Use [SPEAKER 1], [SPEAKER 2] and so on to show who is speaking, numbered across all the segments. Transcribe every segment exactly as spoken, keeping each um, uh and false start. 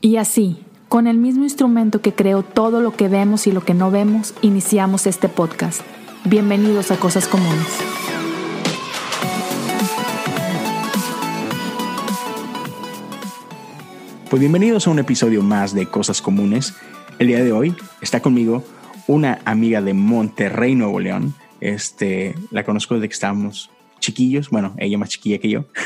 [SPEAKER 1] Y así, con el mismo instrumento que creó todo lo que vemos y lo que no vemos, iniciamos este podcast. Bienvenidos a Cosas Comunes.
[SPEAKER 2] Pues bienvenidos a un episodio más de Cosas Comunes. El día de hoy está conmigo una amiga de Monterrey, Nuevo León. Este, la conozco desde que estábamos chiquillos. Bueno, ella más chiquilla que yo.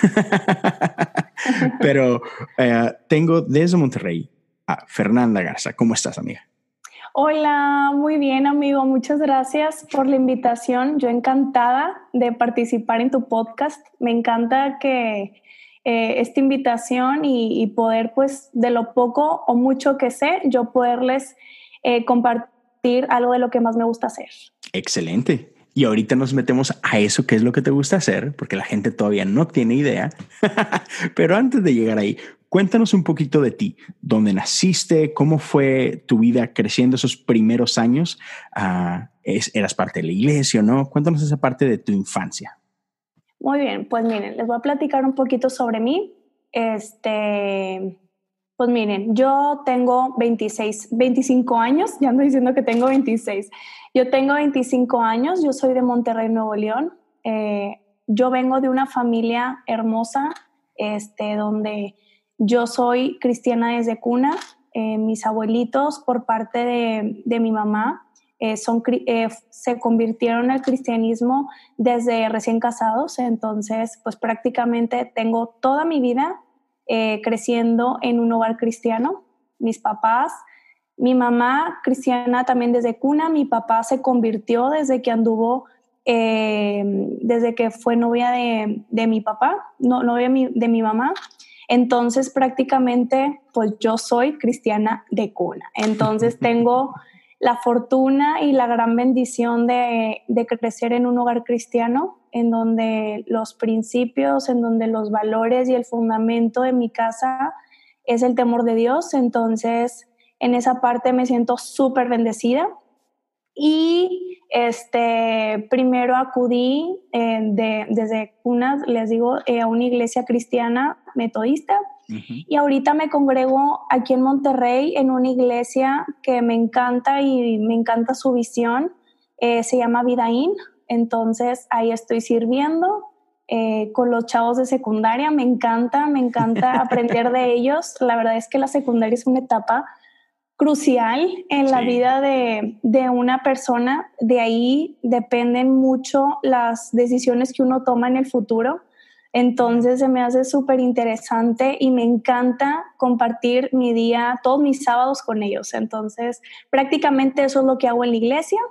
[SPEAKER 2] Pero eh, tengo desde Monterrey a Fernanda Garza. ¿Cómo estás, amiga?
[SPEAKER 3] Hola, muy bien, amigo. Muchas gracias por la invitación. Yo encantada de participar en tu podcast. Me encanta que eh, esta invitación y, y poder, pues, de lo poco o mucho que sé, yo poderles eh, compartir algo de lo que más me gusta hacer.
[SPEAKER 2] Excelente. Y ahorita nos metemos a eso, que es lo que te gusta hacer, porque la gente todavía no tiene idea. Pero antes de llegar ahí, cuéntanos un poquito de ti. ¿Dónde naciste? ¿Cómo fue tu vida creciendo esos primeros años? Uh, es, ¿Eras parte de la iglesia o no? Cuéntanos esa parte de tu infancia.
[SPEAKER 3] Muy bien, pues miren, les voy a platicar un poquito sobre mí. Este, pues miren, yo tengo veintiséis, veinticinco años, ya ando diciendo que tengo veintiséis. Yo tengo veinticinco años, yo soy de Monterrey, Nuevo León. Eh, yo vengo de una familia hermosa, este, donde yo soy cristiana desde cuna. Eh, mis abuelitos, por parte de, de mi mamá, eh, son, eh, se convirtieron al cristianismo desde recién casados. Entonces, pues prácticamente tengo toda mi vida eh, creciendo en un hogar cristiano. Mis papás, mi mamá cristiana también desde cuna, mi papá se convirtió desde que anduvo, eh, desde que fue novia de, de mi papá, no, novia de mi, de mi mamá. Entonces prácticamente pues yo soy cristiana de cuna. Entonces tengo la fortuna y la gran bendición de, de crecer en un hogar cristiano, en donde los principios, en donde los valores y el fundamento de mi casa es el temor de Dios. Entonces en esa parte me siento súper bendecida. Y este, primero acudí eh, de, desde cuna, les digo, eh, a una iglesia cristiana metodista. Uh-huh. Y ahorita me congrego aquí en Monterrey en una iglesia que me encanta y me encanta su visión. Eh, se llama Vidaín. Entonces ahí estoy sirviendo eh, con los chavos de secundaria. Me encanta, me encanta aprender de ellos. La verdad es que la secundaria es una etapa crucial en sí. la vida de, de una persona. De ahí dependen mucho las decisiones que uno toma en el futuro. Entonces se me hace súper interesante y me encanta compartir mi día, todos mis sábados con ellos. Entonces prácticamente eso es lo que hago en la iglesia.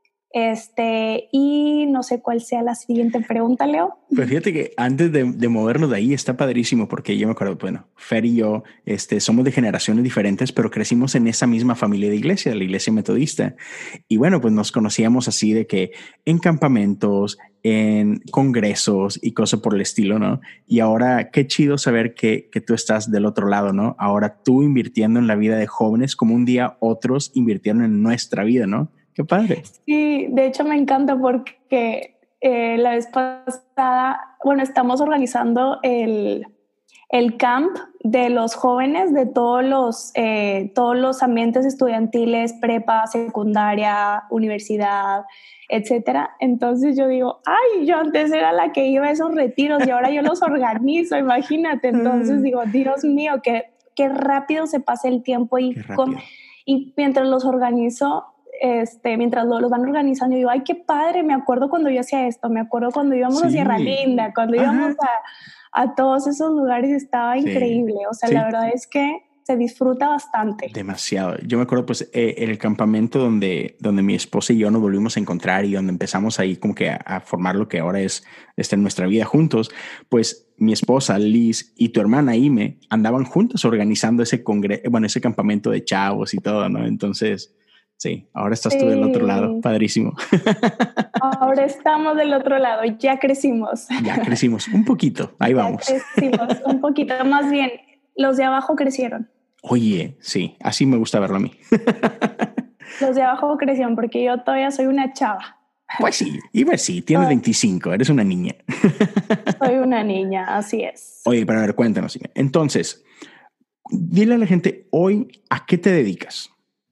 [SPEAKER 3] Este, y no sé cuál sea la siguiente pregunta, Leo.
[SPEAKER 2] Pues fíjate que antes de, de movernos de ahí está padrísimo, porque yo me acuerdo, bueno, Fer y yo este, somos de generaciones diferentes, pero crecimos en esa misma familia de iglesia, la iglesia metodista. Y bueno, pues nos conocíamos así de que en campamentos, en congresos y cosas por el estilo, ¿no? Y ahora qué chido saber que, que tú estás del otro lado, ¿no? Ahora tú invirtiendo en la vida de jóvenes como un día otros invirtieron en nuestra vida, ¿no? ¡Qué padre!
[SPEAKER 3] Sí, de hecho me encanta porque eh, la vez pasada, bueno, estamos organizando el, el camp de los jóvenes de todos los, eh, todos los ambientes estudiantiles, prepa, secundaria, universidad, etcétera. Entonces yo digo, ay, yo antes era la que iba a esos retiros y ahora yo los organizo, imagínate. Entonces digo, Dios mío, qué, qué rápido se pasa el tiempo y, con, y mientras los organizo, Este, mientras lo, los van organizando, yo digo, ay, qué padre, me acuerdo cuando yo hacía esto, me acuerdo cuando íbamos sí. a Sierra Linda, cuando Ajá. íbamos a, a todos esos lugares, estaba sí. increíble, o sea, sí. la verdad es que se disfruta bastante.
[SPEAKER 2] Demasiado. Yo me acuerdo pues eh, el campamento donde, donde mi esposa y yo nos volvimos a encontrar y donde empezamos ahí como que a, a formar lo que ahora es este, nuestra vida juntos, pues mi esposa Liz y tu hermana Ime andaban juntas organizando ese congreso, bueno, ese campamento de chavos y todo, ¿no? Entonces... Sí, ahora estás sí. tú del otro lado, padrísimo.
[SPEAKER 3] Ahora estamos del otro lado, ya crecimos.
[SPEAKER 2] Ya crecimos, un poquito, ahí
[SPEAKER 3] ya
[SPEAKER 2] vamos.
[SPEAKER 3] Crecimos, un poquito, más bien, los de abajo crecieron.
[SPEAKER 2] Oye, sí, así me gusta verlo a mí.
[SPEAKER 3] Los de abajo crecieron porque yo todavía soy una chava.
[SPEAKER 2] Pues sí, iba así, tienes veinticinco, eres una niña.
[SPEAKER 3] Soy una niña, así es.
[SPEAKER 2] Oye, pero a ver, cuéntanos. Entonces, dile a la gente hoy, ¿a qué te dedicas?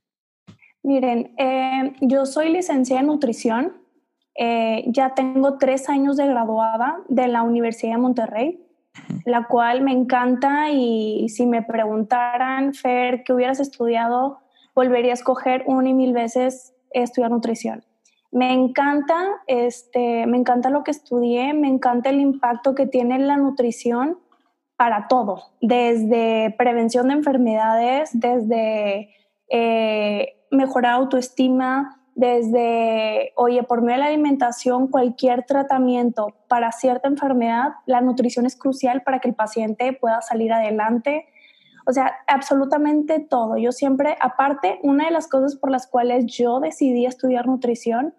[SPEAKER 3] Miren, eh, yo soy licenciada en nutrición. Eh, ya tengo tres años de graduada de la Universidad de Monterrey, uh-huh. la cual me encanta, y si me preguntaran, Fer, ¿qué hubieras estudiado? Volvería a escoger una y mil veces estudiar nutrición. Me encanta, este, me encanta lo que estudié, me encanta el impacto que tiene la nutrición para todo, desde prevención de enfermedades, desde eh, mejorar autoestima, desde, oye, por medio de la alimentación, cualquier tratamiento para cierta enfermedad, la nutrición es crucial para que el paciente pueda salir adelante. O sea, absolutamente todo. Yo siempre, aparte, una de las cosas por las cuales yo decidí estudiar nutrición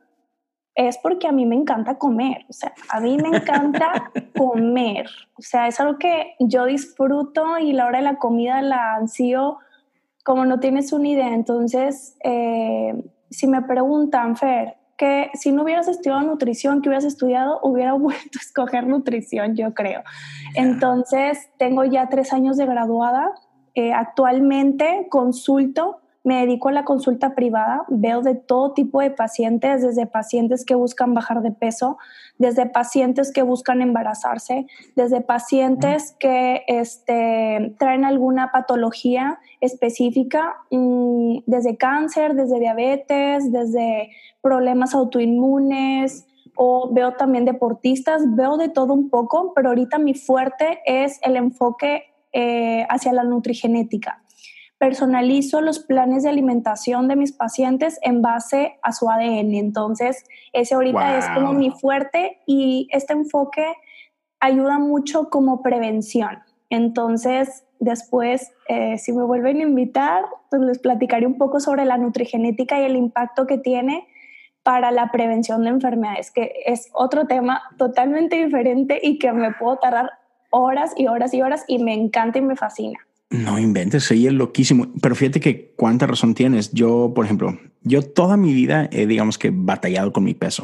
[SPEAKER 3] es porque a mí me encanta comer. O sea, a mí me encanta comer. O sea, es algo que yo disfruto, y la hora de la comida la ansío como no tienes una idea. Entonces, eh, si me preguntan, Fer, que si no hubieras estudiado nutrición, ¿qué hubieras estudiado? Hubiera vuelto a escoger nutrición, yo creo. Yeah. Entonces, tengo ya tres años de graduada. Eh, actualmente consulto, me dedico a la consulta privada, veo de todo tipo de pacientes, desde pacientes que buscan bajar de peso, desde pacientes que buscan embarazarse, desde pacientes que este, traen alguna patología específica, mmm, desde cáncer, desde diabetes, desde problemas autoinmunes, o veo también deportistas, veo de todo un poco, pero ahorita mi fuerte es el enfoque eh, hacia la nutrigenética. Personalizo los planes de alimentación de mis pacientes en base a su A D N. Entonces, ese ahorita wow. es como mi fuerte, y este enfoque ayuda mucho como prevención. Entonces, después, eh, si me vuelven a invitar, pues les platicaré un poco sobre la nutrigenética y el impacto que tiene para la prevención de enfermedades, que es otro tema totalmente diferente y que me puedo tardar horas y horas y horas, y me encanta y me fascina.
[SPEAKER 2] No inventes, soy el loquísimo. Pero fíjate que cuánta razón tienes. Yo, por ejemplo, yo toda mi vida he, digamos que, batallado con mi peso.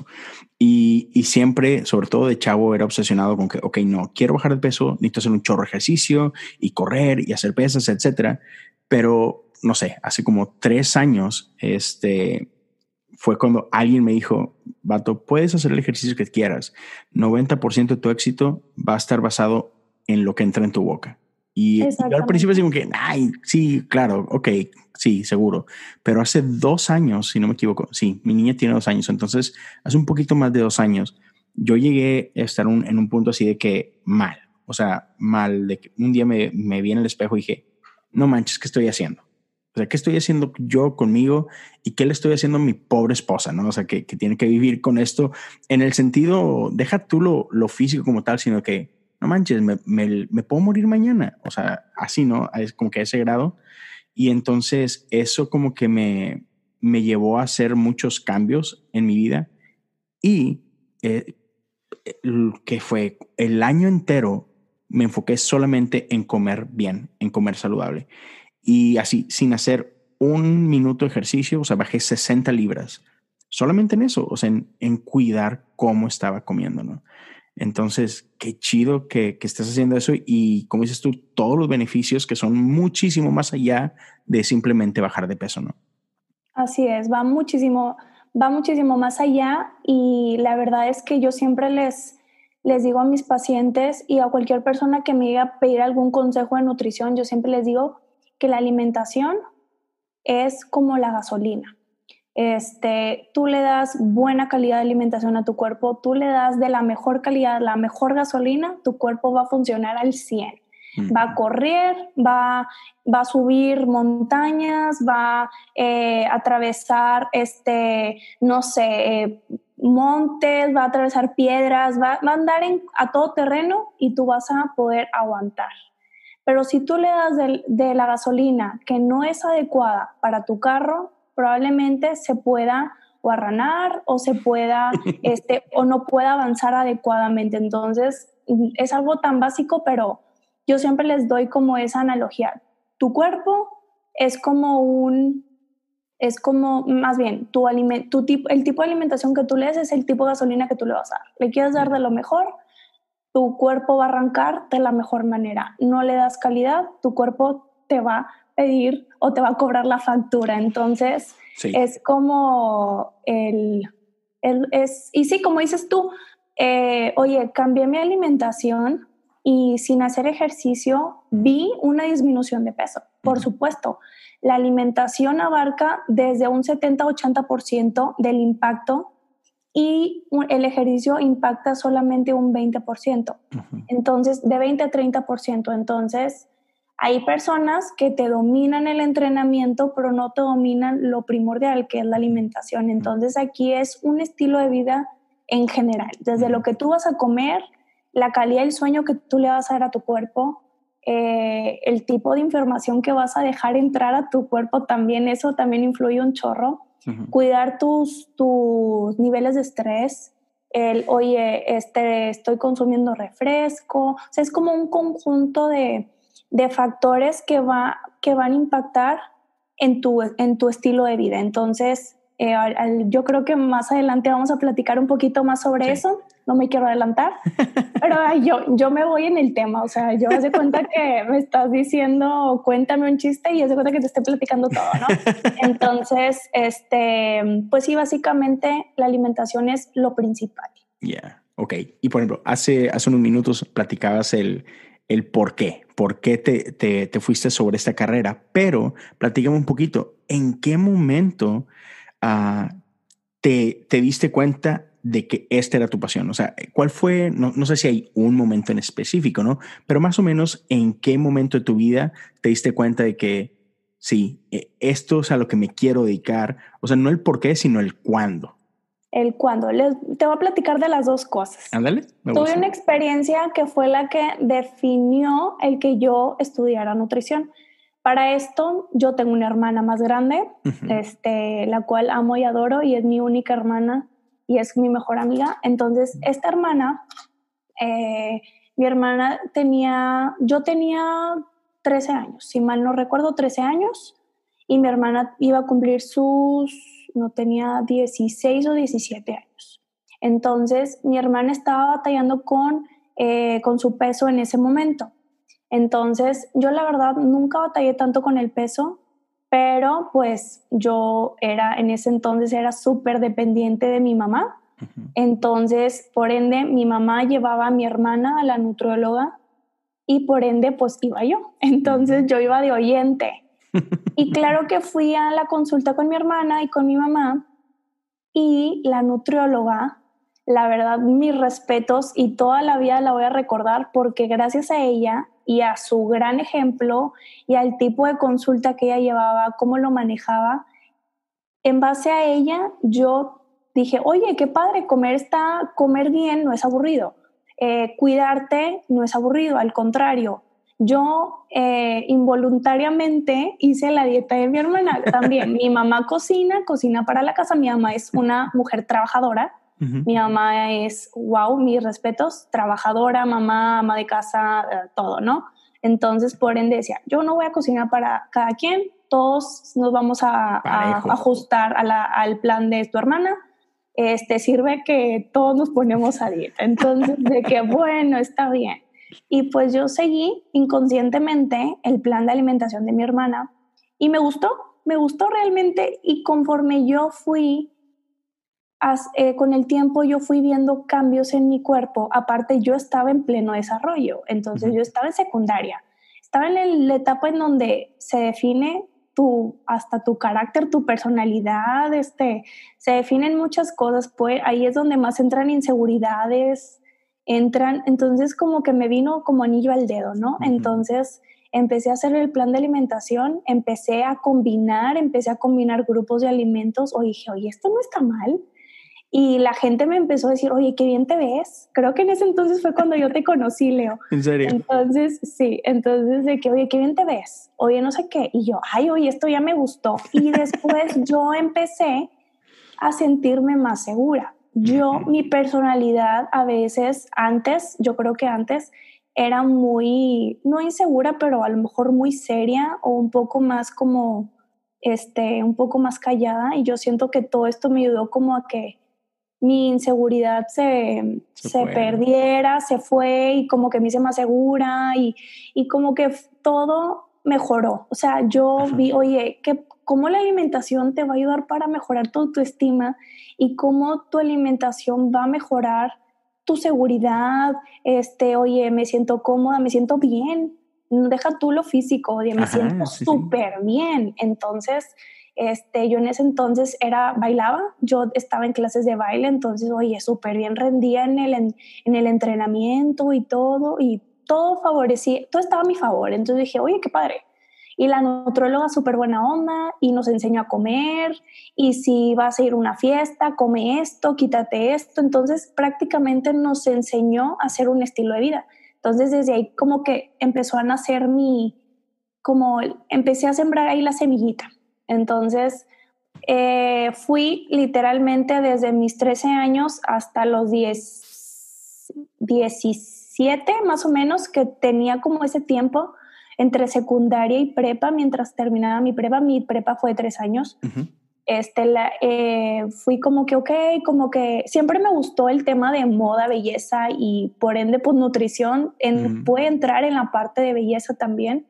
[SPEAKER 2] Y, y siempre, sobre todo de chavo, era obsesionado con que, ok, no, quiero bajar de peso, necesito hacer un chorro de ejercicio y correr y hacer pesas, etcétera. Pero, no sé, hace como tres años, este, fue cuando alguien me dijo, vato, puedes hacer el ejercicio que quieras. noventa por ciento de tu éxito va a estar basado en lo que entra en tu boca. Y, y yo al principio digo que, ay, sí, claro, ok, sí, seguro. Pero hace dos años, si no me equivoco, sí, mi niña tiene dos años. Entonces, hace un poquito más de dos años, yo llegué a estar un, en un punto así de que mal, o sea, mal, de que un día me, me vi en el espejo y dije, no manches, ¿qué estoy haciendo? O sea, ¿qué estoy haciendo yo conmigo y qué le estoy haciendo a mi pobre esposa, ¿no? O sea, que, que tiene que vivir con esto en el sentido, deja tú lo, lo físico como tal, sino que no manches, me, me, me puedo morir mañana. O sea, así, ¿no? Es como que a ese grado. Y entonces eso como que me, me llevó a hacer muchos cambios en mi vida. Y eh, que fue el año entero me enfoqué solamente en comer bien, en comer saludable. Y así, sin hacer un minuto de ejercicio, o sea, bajé sesenta libras. Solamente en eso, o sea, en, en cuidar cómo estaba comiendo, ¿no? Entonces, qué chido que, que estés haciendo eso, y como dices tú, todos los beneficios que son muchísimo más allá de simplemente bajar de peso, ¿no?
[SPEAKER 3] Así es, va muchísimo, va muchísimo más allá, y la verdad es que yo siempre les, les digo a mis pacientes y a cualquier persona que me llegue a pedir algún consejo de nutrición, yo siempre les digo que la alimentación es como la gasolina. Este, tú le das buena calidad de alimentación a tu cuerpo, tú le das de la mejor calidad, la mejor gasolina, tu cuerpo va a funcionar al cien. Uh-huh. Va a correr, va, va a subir montañas, va a eh, atravesar, este, no sé, eh, montes, va a atravesar piedras, va, va a andar en, a todo terreno, y tú vas a poder aguantar. Pero si tú le das de, de la gasolina que no es adecuada para tu carro, probablemente se pueda o arranar o se pueda este, o no pueda avanzar adecuadamente. Entonces es algo tan básico, pero yo siempre les doy como esa analogía. Tu cuerpo es como un, es como, más bien, tu aliment, tu tipo, el tipo de alimentación que tú le des es el tipo de gasolina que tú le vas a dar. Le quieres dar de lo mejor, tu cuerpo va a arrancar de la mejor manera. No le das calidad, tu cuerpo te va a pedir o te va a cobrar la factura. Entonces, sí. es como el, el... es, y sí, como dices tú, eh, oye, cambié mi alimentación y sin hacer ejercicio vi una disminución de peso. Por uh-huh. supuesto, la alimentación abarca desde un setenta a ochenta por ciento del impacto y el ejercicio impacta solamente un veinte por ciento. Uh-huh. Entonces, de veinte a treinta por ciento. Entonces, hay personas que te dominan el entrenamiento, pero no te dominan lo primordial, que es la alimentación. Entonces, aquí es un estilo de vida en general. Desde uh-huh. lo que tú vas a comer, la calidad del sueño que tú le vas a dar a tu cuerpo, eh, el tipo de información que vas a dejar entrar a tu cuerpo también, eso también influye un chorro. Uh-huh. Cuidar tus, tus niveles de estrés, el, oye, este, estoy consumiendo refresco, o sea, es como un conjunto de, de factores que, va, que van a impactar en tu, en tu estilo de vida. Entonces, eh, al, al, yo creo que más adelante vamos a platicar un poquito más sobre sí. eso. No me quiero adelantar, pero ay, yo, yo me voy en el tema. O sea, yo hace cuenta que me estás diciendo, cuéntame un chiste y hace cuenta que te estoy platicando todo, ¿no? Entonces, este, pues sí, básicamente la alimentación es lo principal.
[SPEAKER 2] Ya, yeah. Ok. Y por ejemplo, hace, hace unos minutos platicabas el, el por qué, por qué te, te, te fuiste sobre esta carrera, pero platícame un poquito, ¿en qué momento uh, te, te diste cuenta de que esta era tu pasión? O sea, ¿cuál fue? No, no sé si hay un momento en específico, ¿no? Pero más o menos, ¿en qué momento de tu vida te diste cuenta de que sí, esto es a lo que me quiero dedicar? O sea, no el por qué, sino el cuándo.
[SPEAKER 3] El cuándo. Les, te voy a platicar de las dos cosas.
[SPEAKER 2] Ándale.
[SPEAKER 3] Tuve una experiencia que fue la que definió el que yo estudiara nutrición. Para esto, yo tengo una hermana más grande, uh-huh. este, la cual amo y adoro, y es mi única hermana y es mi mejor amiga. Entonces, esta hermana, eh, mi hermana tenía, yo tenía trece años, si mal no recuerdo, trece años, y mi hermana iba a cumplir sus, no tenía dieciséis o diecisiete años. Entonces, mi hermana estaba batallando con, eh, con su peso en ese momento. Entonces, yo la verdad nunca batallé tanto con el peso, pero pues yo era, en ese entonces era súper dependiente de mi mamá. Uh-huh. Entonces, por ende, mi mamá llevaba a mi hermana a la nutrióloga y por ende, pues iba yo. Entonces, uh-huh. yo iba de oyente. Y claro que fui a la consulta con mi hermana y con mi mamá, y la nutrióloga, la verdad, mis respetos, y toda la vida la voy a recordar porque gracias a ella y a su gran ejemplo y al tipo de consulta que ella llevaba, cómo lo manejaba, en base a ella yo dije, oye, qué padre, comer, está, comer bien no es aburrido, eh, cuidarte no es aburrido, al contrario. Yo eh, involuntariamente hice la dieta de mi hermana también. Mi mamá cocina, cocina para la casa, mi mamá es una mujer trabajadora. Uh-huh. Mi mamá es, wow, mis respetos, trabajadora, mamá, ama de casa, eh, todo, ¿no? Entonces, por ende decía, yo no voy a cocinar para cada quien, todos nos vamos a, a ajustar a la, al plan de tu hermana. Este, sirve que todos nos ponemos a dieta. Entonces, de que bueno, está bien. Y pues yo seguí inconscientemente el plan de alimentación de mi hermana y me gustó, me gustó realmente, y conforme yo fui As, eh, con el tiempo yo fui viendo cambios en mi cuerpo. Aparte, yo estaba en pleno desarrollo, entonces uh-huh. yo estaba en secundaria, estaba en el, la etapa en donde se define tu, hasta tu carácter, tu personalidad, este, se definen muchas cosas, pues ahí es donde más entran inseguridades, entran, entonces como que me vino como anillo al dedo, ¿no? Uh-huh. Entonces empecé a hacer el plan de alimentación, empecé a combinar, empecé a combinar grupos de alimentos, o dije, oye, esto no está mal. Y la gente me empezó a decir, oye, qué bien te ves. Creo que en ese entonces fue cuando yo te conocí, Leo.
[SPEAKER 2] ¿En serio?
[SPEAKER 3] Entonces, sí, entonces de que, oye, qué bien te ves. Oye, no sé qué. Y yo, ay, oye, esto ya me gustó. Y después yo empecé a sentirme más segura. Yo, mi personalidad a veces, antes, yo creo que antes, era muy, no insegura, pero a lo mejor muy seria o un poco más como, este, un poco más callada. Y yo siento que todo esto me ayudó como a que mi inseguridad se, se, se perdiera, se fue, y como que me hice más segura, y, y como que todo mejoró. O sea, yo
[SPEAKER 2] Ajá.
[SPEAKER 3] vi, oye, que cómo la alimentación te va a ayudar para mejorar tu autoestima y cómo tu alimentación va a mejorar tu seguridad. Este, oye, me siento cómoda, me siento bien. Deja tú lo físico, oye, me siento
[SPEAKER 2] Ajá, sí, sí.
[SPEAKER 3] súper bien. Entonces, este, yo en ese entonces era, bailaba, yo estaba en clases de baile, entonces, oye, súper bien rendía en el, en, en el entrenamiento y todo, y todo favorecía, todo estaba a mi favor. Entonces dije, oye, qué padre. Y la nutróloga súper buena onda y nos enseñó a comer, y si vas a ir a una fiesta, come esto, quítate esto. Entonces prácticamente nos enseñó a hacer un estilo de vida. Entonces desde ahí como que empezó a nacer mi, como empecé a sembrar ahí la semillita. Entonces eh, fui literalmente desde mis trece años hasta los diez, diecisiete más o menos, que tenía como ese tiempo entre secundaria y prepa. Mientras terminaba mi prepa, mi prepa fue tres años. Uh-huh. Este, la, eh, fui como que, ok, como que siempre me gustó el tema de moda, belleza y por ende, pues nutrición en, uh-huh. puede entrar en la parte de belleza también.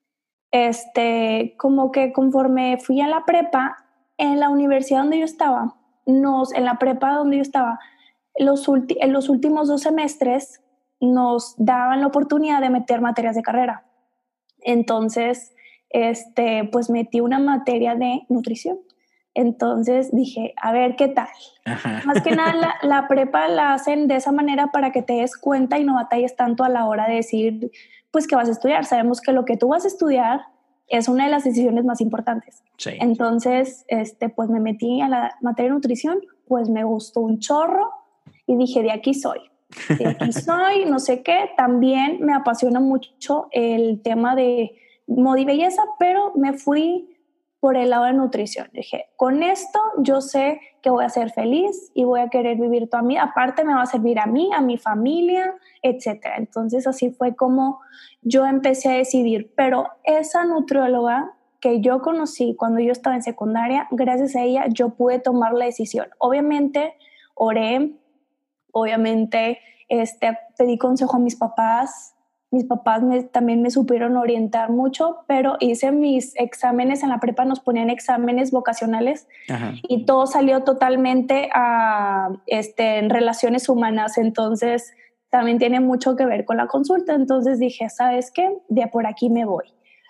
[SPEAKER 3] Este, como que conforme fui a la prepa, en la universidad donde yo estaba, nos, en la prepa donde yo estaba, los ulti, en los últimos dos semestres nos daban la oportunidad de meter materias de carrera. Entonces, este, pues metí una materia de nutrición. Entonces dije, a ver qué tal. Ajá. Más que nada, la, la prepa la hacen de esa manera para que te des cuenta y no batalles tanto a la hora de decir, pues, qué vas a estudiar. Sabemos que lo que tú vas a estudiar es una de las decisiones más importantes.
[SPEAKER 2] Sí.
[SPEAKER 3] Entonces, este, pues me metí a la materia de nutrición, pues me gustó un chorro y dije, de aquí soy. De aquí soy, no sé qué. También me apasiona mucho el tema de moda y belleza, pero me fui por el lado de nutrición. Dije, con esto yo sé que voy a ser feliz y voy a querer vivir toda mi vida. Aparte me va a servir a mí, a mi familia, etcétera. Entonces así fue como yo empecé a decidir. Pero esa nutrióloga que yo conocí cuando yo estaba en secundaria, gracias a ella yo pude tomar la decisión. Obviamente oré, obviamente este, pedí consejo a mis papás. Mis papás me, también me supieron orientar mucho, pero hice mis exámenes en la prepa, nos ponían exámenes vocacionales. Ajá. Y todo salió totalmente a, este, en relaciones humanas. Entonces también tiene mucho que ver con la consulta. Entonces dije, ¿sabes qué? De por aquí me voy.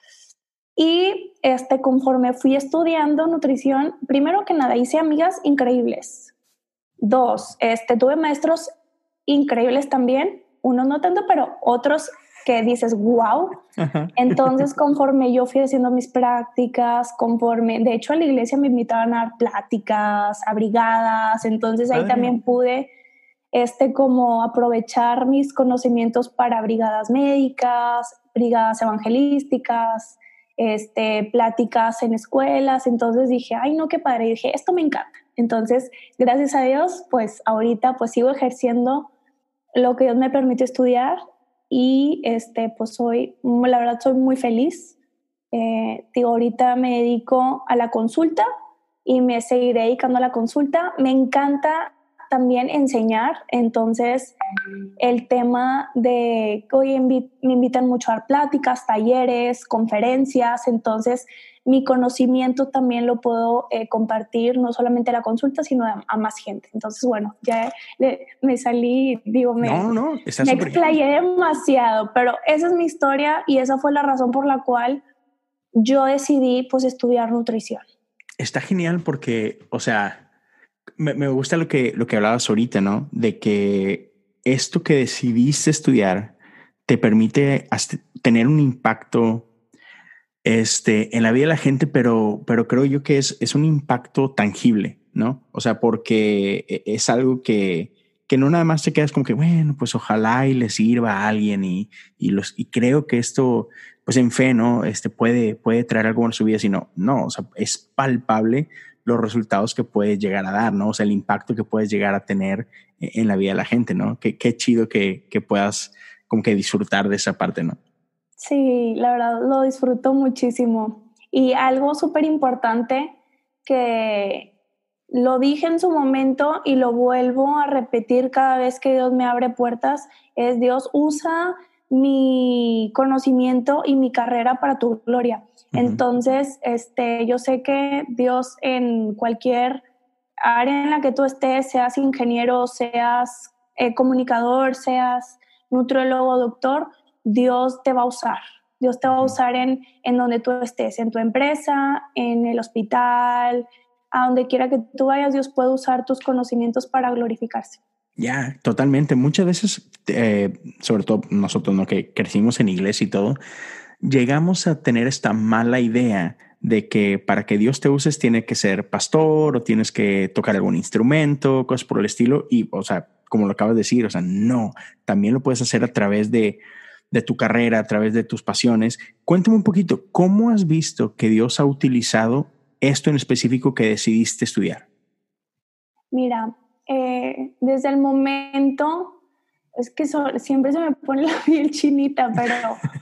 [SPEAKER 3] Y este, conforme fui estudiando nutrición, primero que nada hice amigas increíbles. Dos, este, tuve maestros increíbles también, unos no tanto, pero otros que dices, wow. Ajá. Entonces, conforme yo fui haciendo mis prácticas, conforme, de hecho a la iglesia me invitaban a dar pláticas, a brigadas, entonces ahí Padre. También pude este, como aprovechar mis conocimientos para brigadas médicas, brigadas evangelísticas, este, pláticas en escuelas. Entonces dije, ay no, qué padre, y dije, esto me encanta. Entonces, gracias a Dios, pues ahorita pues sigo ejerciendo lo que Dios me permite estudiar y este, pues soy, la verdad soy muy feliz. Eh, digo, ahorita me dedico a la consulta y me seguiré dedicando a la consulta. Me encanta también enseñar, entonces el tema de que hoy invi- me invitan mucho a dar pláticas, talleres, conferencias, entonces mi conocimiento también lo puedo eh, compartir no solamente a la consulta, sino a, a más gente. Entonces, bueno, ya le, me salí, digo, me,
[SPEAKER 2] no, no, está
[SPEAKER 3] me explayé demasiado, pero esa es mi historia y esa fue la razón por la cual yo decidí pues estudiar nutrición.
[SPEAKER 2] Está genial porque, o sea, me, me gusta lo que, lo que hablabas ahorita, ¿no? De que esto que decidiste estudiar te permite hasta tener un impacto este, en la vida de la gente, pero, pero creo yo que es, es un impacto tangible, ¿no? O sea, porque es algo que, que no nada más te quedas como que, bueno, pues ojalá y le sirva a alguien y, y, los, y creo que esto, pues en fe, ¿no? Este puede, puede traer algo en su vida, sino, no, o sea, es palpable los resultados que puedes llegar a dar, ¿no? O sea, el impacto que puedes llegar a tener en la vida de la gente, ¿no? Qué, qué chido que, que puedas como que disfrutar de esa parte, ¿no?
[SPEAKER 3] Sí, la verdad lo disfruto muchísimo. Y algo súper importante que lo dije en su momento y lo vuelvo a repetir cada vez que Dios me abre puertas es: Dios usa mi conocimiento y mi carrera para tu gloria. Uh-huh. Entonces, este, yo sé que Dios en cualquier área en la que tú estés, seas ingeniero, seas eh, comunicador, seas nutriólogo, doctor, Dios te va a usar. Dios te va a usar en, en donde tú estés, en tu empresa, en el hospital, a donde quiera que tú vayas, Dios puede usar tus conocimientos para glorificarse.
[SPEAKER 2] Ya, yeah, totalmente. Muchas veces, eh, sobre todo nosotros, ¿no? Que crecimos en iglesia y todo, llegamos a tener esta mala idea de que para que Dios te uses tiene que ser pastor o tienes que tocar algún instrumento, cosas por el estilo. Y, o sea, como lo acabas de decir, o sea, no, también lo puedes hacer a través de, de tu carrera, a través de tus pasiones. Cuéntame un poquito, ¿cómo has visto que Dios ha utilizado esto en específico que decidiste estudiar?
[SPEAKER 3] Mira, eh, desde el momento, es que so, siempre se me pone la piel chinita, pero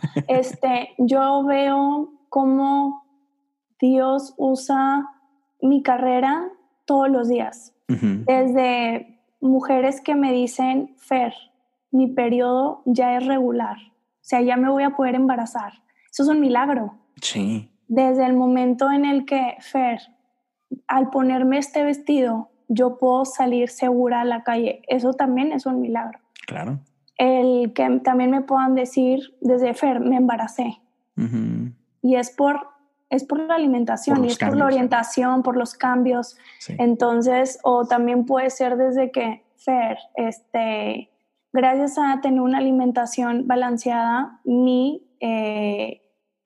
[SPEAKER 3] este, yo veo cómo Dios usa mi carrera todos los días. Uh-huh. Desde mujeres que me dicen, Fer, mi periodo ya es regular, o sea, ya me voy a poder embarazar. Eso es un milagro.
[SPEAKER 2] Sí.
[SPEAKER 3] Desde el momento en el que, Fer, al ponerme este vestido, yo puedo salir segura a la calle. Eso también es un milagro.
[SPEAKER 2] Claro.
[SPEAKER 3] El que también me puedan decir, desde Fer, me embaracé. Uh-huh. Y es por, es por la alimentación, por y es cambios, por la orientación, por los cambios. Sí. Entonces, o también puede ser desde que, Fer, este, gracias a tener una alimentación balanceada, mi, eh,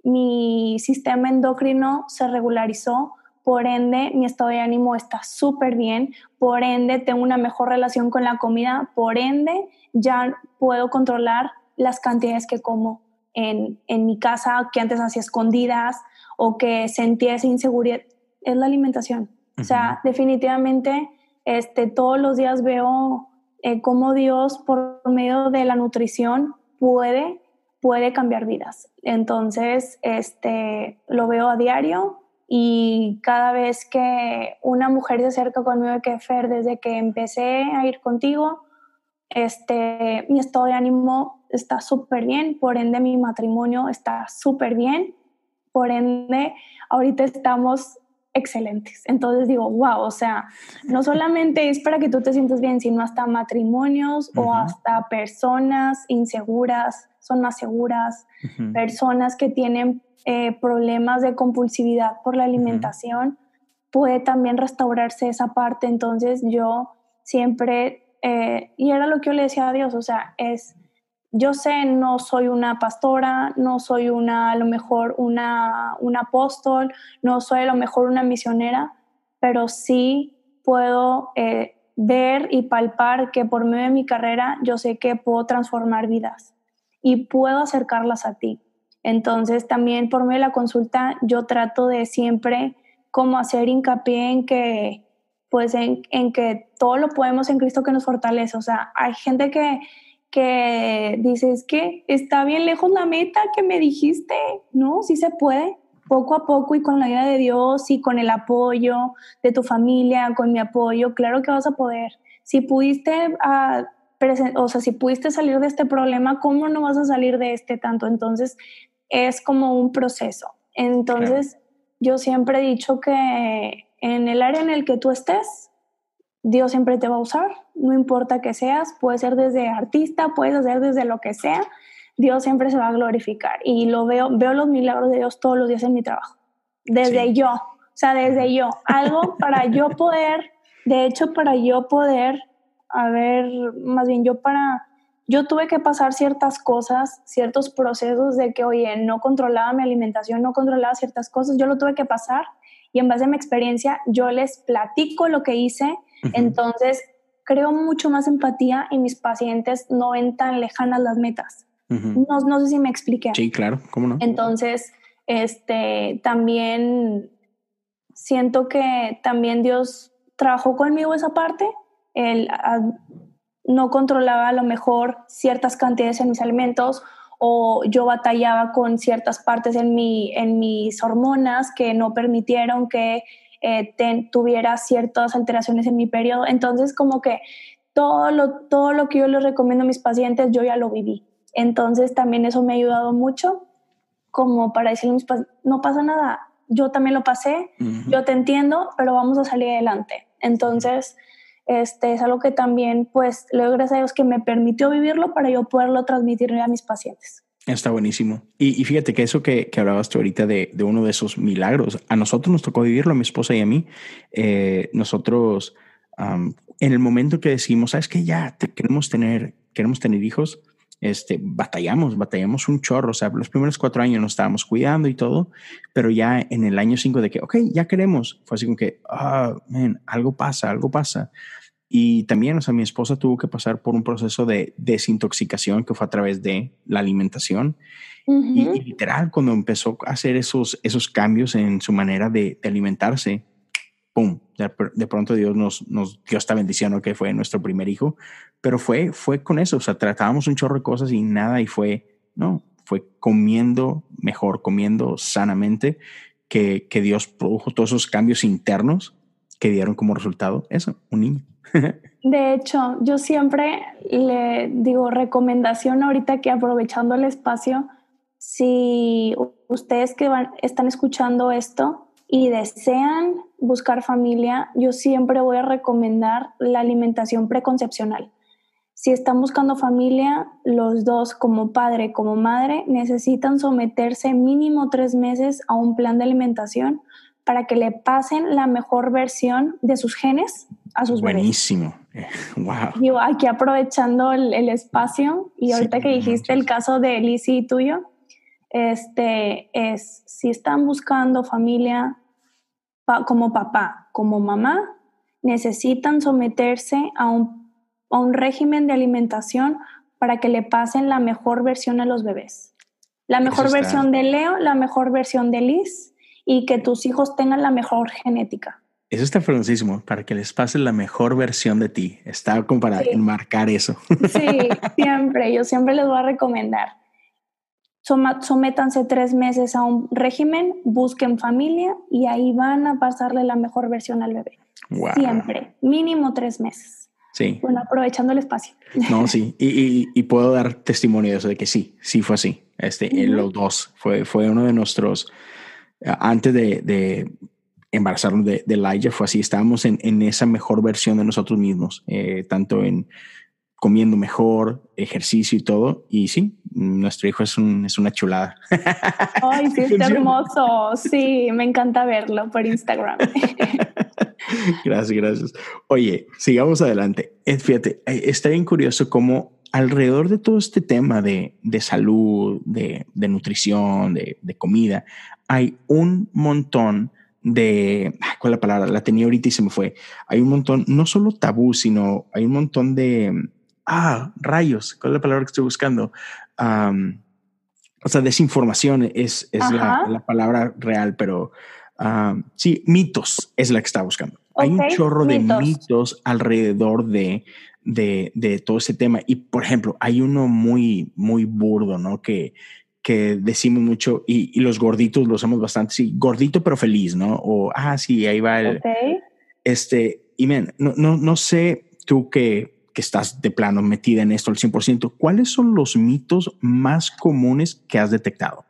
[SPEAKER 3] mi sistema endocrino se regularizó. Por ende, mi estado de ánimo está súper bien, por ende, tengo una mejor relación con la comida, por ende, ya puedo controlar las cantidades que como en, en mi casa, que antes hacía escondidas o que sentía esa inseguridad. Es la alimentación. Uh-huh. O sea, definitivamente, este, todos los días veo eh, cómo Dios, por medio de la nutrición, puede, puede cambiar vidas. Entonces, este, lo veo a diario. Y cada vez que una mujer se acerca conmigo, que Fer, desde que empecé a ir contigo, este, mi estado de ánimo está súper bien, por ende mi matrimonio está súper bien, por ende ahorita estamos excelentes. Entonces digo, wow, o sea, no solamente es para que tú te sientas bien, sino hasta matrimonios uh-huh. o hasta personas inseguras son más seguras, uh-huh. personas que tienen eh, problemas de compulsividad por la alimentación, uh-huh. puede también restaurarse esa parte. Entonces yo siempre, eh, y era lo que yo le decía a Dios, o sea, es, yo sé, no soy una pastora, no soy una, a lo mejor una, una apóstol, no soy a lo mejor una misionera, pero sí puedo eh, ver y palpar que por medio de mi carrera yo sé que puedo transformar vidas y puedo acercarlas a ti. Entonces también por medio de la consulta yo trato de siempre como hacer hincapié en que, pues en, en que todo lo podemos en Cristo que nos fortalece. O sea, hay gente que que dices que está bien lejos la meta que me dijiste, ¿no? Sí se puede, poco a poco y con la ayuda de Dios y con el apoyo de tu familia, con mi apoyo, claro que vas a poder. Si pudiste, uh, presen- o sea, si pudiste salir de este problema, ¿cómo no vas a salir de este tanto? Entonces, es como un proceso. Entonces, claro. Yo siempre he dicho que en el área en el que tú estés, Dios siempre te va a usar, no importa que seas, puede ser desde artista, puedes hacer desde lo que sea, Dios siempre se va a glorificar y lo veo, veo los milagros de Dios todos los días en mi trabajo, desde sí. yo, o sea, desde yo, algo para yo poder, de hecho para yo poder, a ver, más bien yo para, yo tuve que pasar ciertas cosas, ciertos procesos de que, oye, no controlaba mi alimentación, no controlaba ciertas cosas, yo lo tuve que pasar y en base a mi experiencia yo les platico lo que hice. Uh-huh. Entonces, creo mucho más empatía y mis pacientes no ven tan lejanas las metas. Uh-huh. No, no sé si me expliqué.
[SPEAKER 2] Sí, claro, ¿cómo no?
[SPEAKER 3] Entonces, este, también siento que también Dios trabajó conmigo esa parte. Él a, no controlaba a lo mejor ciertas cantidades en mis alimentos o yo batallaba con ciertas partes en, mi, en mis hormonas que no permitieron que Eh, ten, tuviera ciertas alteraciones en mi periodo. Entonces como que todo lo, todo lo que yo les recomiendo a mis pacientes yo ya lo viví Entonces también eso me ha ayudado mucho como para decirle a mis padres, no pasa nada, yo también lo pasé, uh-huh. yo te entiendo, pero vamos a salir adelante. Entonces, uh-huh. este, es algo que también, pues, le doy gracias a Dios que me permitió vivirlo para yo poderlo transmitir a mis pacientes.
[SPEAKER 2] Está buenísimo. Y, y fíjate que eso que, que hablabas tú ahorita de, de uno de esos milagros, a nosotros nos tocó vivirlo, a mi esposa y a mí. Eh, nosotros, um, en el momento que decimos, ¿sabes qué? Ya te, queremos tener, queremos tener hijos, Este, batallamos, batallamos un chorro. O sea, los primeros cuatro años nos estábamos cuidando y todo, pero ya en el año cinco de que, ok, ya queremos, fue así como que, ah, oh, man, algo pasa, algo pasa. Y también, o sea, mi esposa tuvo que pasar por un proceso de desintoxicación que fue a través de la alimentación. Uh-huh. y, y literal, cuando empezó a hacer esos, esos cambios en su manera de, de alimentarse, ¡pum! De, de pronto Dios nos, nos dio esta bendición, ¿no? Que fue nuestro primer hijo, pero fue, fue con eso, o sea, tratábamos un chorro de cosas y nada, y fue, no, fue comiendo mejor, comiendo sanamente, que, que Dios produjo todos esos cambios internos que dieron como resultado eso, un niño.
[SPEAKER 3] De hecho, yo siempre le digo recomendación ahorita que aprovechando el espacio, si ustedes que van, están escuchando esto y desean buscar familia, yo siempre voy a recomendar la alimentación preconcepcional. Si están buscando familia, los dos, como padre como madre, necesitan someterse mínimo tres meses a un plan de alimentación para que le pasen la mejor versión de sus genes a sus
[SPEAKER 2] Buenísimo.
[SPEAKER 3] bebés.
[SPEAKER 2] Wow.
[SPEAKER 3] Digo, aquí aprovechando el, el espacio y ahorita sí, que dijiste muchas. El caso de Lizzy y tuyo, este, es, si están buscando familia pa, como papá, como mamá, necesitan someterse a un, a un régimen de alimentación para que le pasen la mejor versión a los bebés. La mejor está... versión de Leo, la mejor versión de Liz y que tus hijos tengan la mejor genética.
[SPEAKER 2] Eso está fregoncísimo, para que les pase la mejor versión de ti. Está como para sí. enmarcar eso.
[SPEAKER 3] Sí, siempre. Yo siempre les voy a recomendar. Sométanse tres meses a un régimen, busquen familia y ahí van a pasarle la mejor versión al bebé. Wow. Siempre. Mínimo tres meses.
[SPEAKER 2] Sí.
[SPEAKER 3] Bueno, aprovechando el espacio.
[SPEAKER 2] No, sí. Y, y, y puedo dar testimonio de eso, de que sí, sí fue así. Este, uh-huh. en los dos. Fue, fue uno de nuestros... Antes de... de embarazarnos de, de Elijah fue así, estábamos en, en esa mejor versión de nosotros mismos, eh, tanto en comiendo mejor, ejercicio y todo, y sí, nuestro hijo es, un, es una chulada.
[SPEAKER 3] Ay, sí, está hermoso, sí, me encanta verlo por Instagram.
[SPEAKER 2] Gracias, gracias. Oye, sigamos adelante. Eh, fíjate, está bien curioso cómo alrededor de todo este tema de, de salud, de, de nutrición, de, de comida, hay un montón de, ¿cuál es la palabra? La tenía ahorita y se me fue. Hay un montón, no solo tabú, sino hay un montón de, ah, rayos, ¿cuál es la palabra que estoy buscando? Um, o sea, desinformación es, es la, la palabra real, pero um, sí, mitos es la que estaba buscando. Okay, hay un chorro mitos. de mitos alrededor de, de, de todo ese tema. Y, por ejemplo, hay uno muy, muy burdo, ¿no? Que que decimos mucho y, y los gorditos lo usamos bastante, sí, gordito pero feliz, ¿no? O, ah, sí, ahí va el...
[SPEAKER 3] Okay.
[SPEAKER 2] Este, y man, no, no, no sé tú que, que estás de plano metida en esto al cien por ciento, ¿cuáles son los mitos más comunes que has detectado?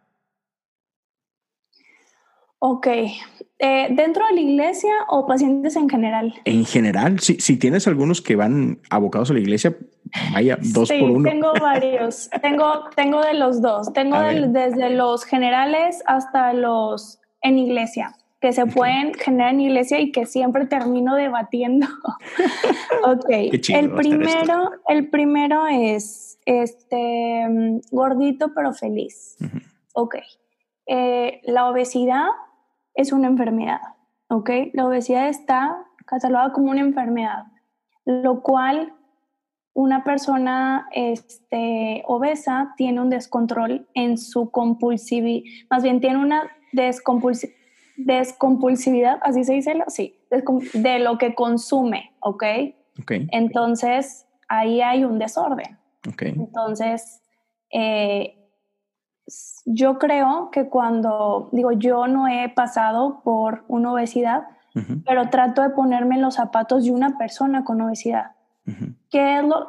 [SPEAKER 3] Ok, eh, ¿dentro de la iglesia o pacientes en general?
[SPEAKER 2] En general, si, si tienes algunos que van abocados a la iglesia, vaya, dos
[SPEAKER 3] sí,
[SPEAKER 2] por uno.
[SPEAKER 3] tengo varios, tengo, tengo de los dos, tengo de, desde los generales hasta los en iglesia, que se okay. pueden generar en iglesia y que siempre termino debatiendo. Ok, el primero, el primero es este, gordito pero feliz. Uh-huh. Ok, eh, la obesidad es una enfermedad, ¿ok? La obesidad está catalogada como una enfermedad, lo cual una persona este, obesa tiene un descontrol en su compulsividad, más bien tiene una descompulsi- descompulsividad, así se dice, sí, descom- de lo que consume, ¿ok?
[SPEAKER 2] Okay.
[SPEAKER 3] Entonces, ahí hay un desorden.
[SPEAKER 2] Okay.
[SPEAKER 3] Entonces, eh, yo creo que cuando, digo, yo no he pasado por una obesidad, uh-huh. pero trato de ponerme en los zapatos de una persona con obesidad. Uh-huh. ¿Qué es lo,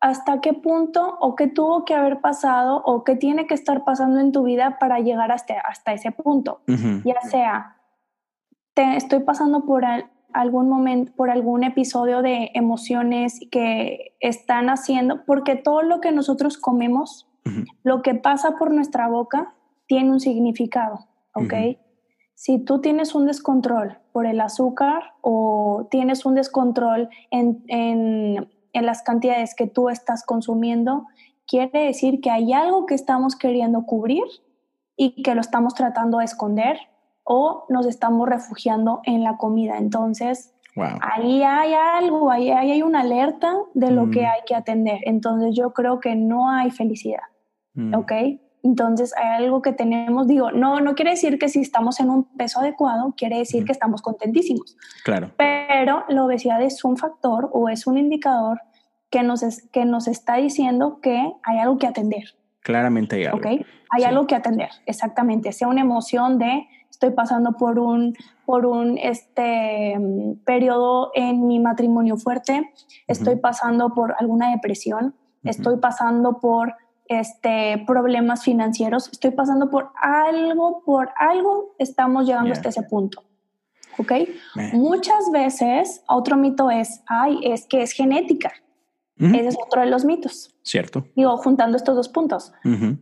[SPEAKER 3] hasta qué punto o qué tuvo que haber pasado o qué tiene que estar pasando en tu vida para llegar hasta, hasta ese punto. Uh-huh. Ya sea, te estoy pasando por al, algún momento, por algún episodio de emociones que están haciendo, porque todo lo que nosotros comemos, uh-huh. lo que pasa por nuestra boca, tiene un significado, ¿ok? Uh-huh. Si tú tienes un descontrol por el azúcar o tienes un descontrol en, en, en las cantidades que tú estás consumiendo, quiere decir que hay algo que estamos queriendo cubrir y que lo estamos tratando de esconder o nos estamos refugiando en la comida. Entonces, wow. ahí hay algo, ahí, ahí hay una alerta de lo mm. que hay que atender. Entonces, yo creo que no hay felicidad, mm. ¿ok? Entonces hay algo que tenemos, digo, no, no quiere decir que si estamos en un peso adecuado, quiere decir uh-huh. que estamos contentísimos.
[SPEAKER 2] Claro.
[SPEAKER 3] Pero la obesidad es un factor o es un indicador que nos, es, que nos está diciendo que hay algo que atender.
[SPEAKER 2] Claramente hay algo.
[SPEAKER 3] ¿Okay? Hay
[SPEAKER 2] sí.
[SPEAKER 3] algo que atender, exactamente. Sea una emoción de estoy pasando por un, por un este, um, periodo en mi matrimonio fuerte, uh-huh. estoy pasando por alguna depresión, uh-huh. estoy pasando por... Este, problemas financieros, estoy pasando por algo, por algo estamos llegando yeah. hasta ese punto, ¿ok? Man. Muchas veces otro mito es, ay, es que es genética. Uh-huh. Ese es otro de los mitos.
[SPEAKER 2] Cierto.
[SPEAKER 3] Digo, juntando estos dos puntos.
[SPEAKER 2] Uh-huh.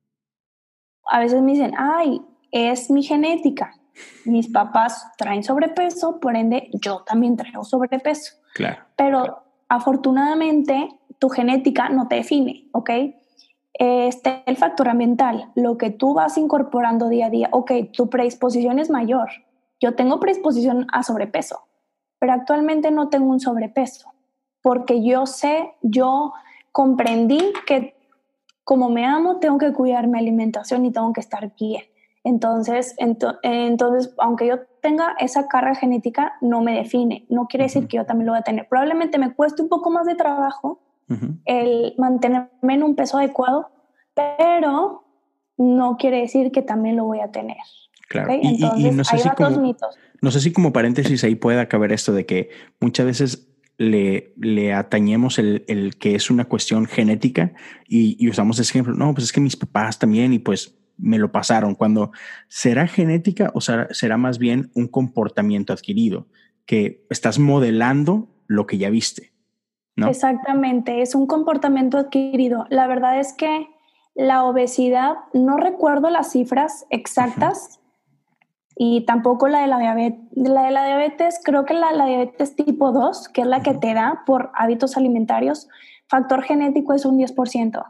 [SPEAKER 3] A veces me dicen, ay, es mi genética. Mis papás traen sobrepeso, por ende yo también traigo sobrepeso.
[SPEAKER 2] Claro.
[SPEAKER 3] Pero
[SPEAKER 2] claro.
[SPEAKER 3] afortunadamente tu genética no te define, ¿ok? Este, el factor ambiental, lo que tú vas incorporando día a día. Ok, tu predisposición es mayor. Yo tengo predisposición a sobrepeso, pero actualmente no tengo un sobrepeso porque yo sé, yo comprendí que como me amo, tengo que cuidar mi alimentación y tengo que estar bien. Entonces, ento, entonces aunque yo tenga esa carga genética, no me define. No quiere decir uh-huh. que yo también lo voy a tener. Probablemente me cueste un poco más de trabajo Uh-huh. el mantenerme en un peso adecuado, pero no quiere decir que también lo voy a tener.
[SPEAKER 2] Claro.
[SPEAKER 3] ¿Okay?
[SPEAKER 2] Y,
[SPEAKER 3] Entonces,
[SPEAKER 2] y, y no sé
[SPEAKER 3] ahí
[SPEAKER 2] si
[SPEAKER 3] van
[SPEAKER 2] como,
[SPEAKER 3] los mitos.
[SPEAKER 2] No sé si como paréntesis ahí pueda caber esto de que muchas veces le, le atañemos el, el que es una cuestión genética y, y usamos ese ejemplo. No, pues es que mis papás también y pues me lo pasaron. Cuando será genética o será, será más bien un comportamiento adquirido, que estás modelando lo que ya viste. ¿No?
[SPEAKER 3] Exactamente, es un comportamiento adquirido. La verdad es que la obesidad, no recuerdo las cifras exactas uh-huh. y tampoco la de la diabetes. La de la diabetes, creo que la, la diabetes tipo dos, que es la uh-huh. que te da por hábitos alimentarios, factor genético es un diez por ciento.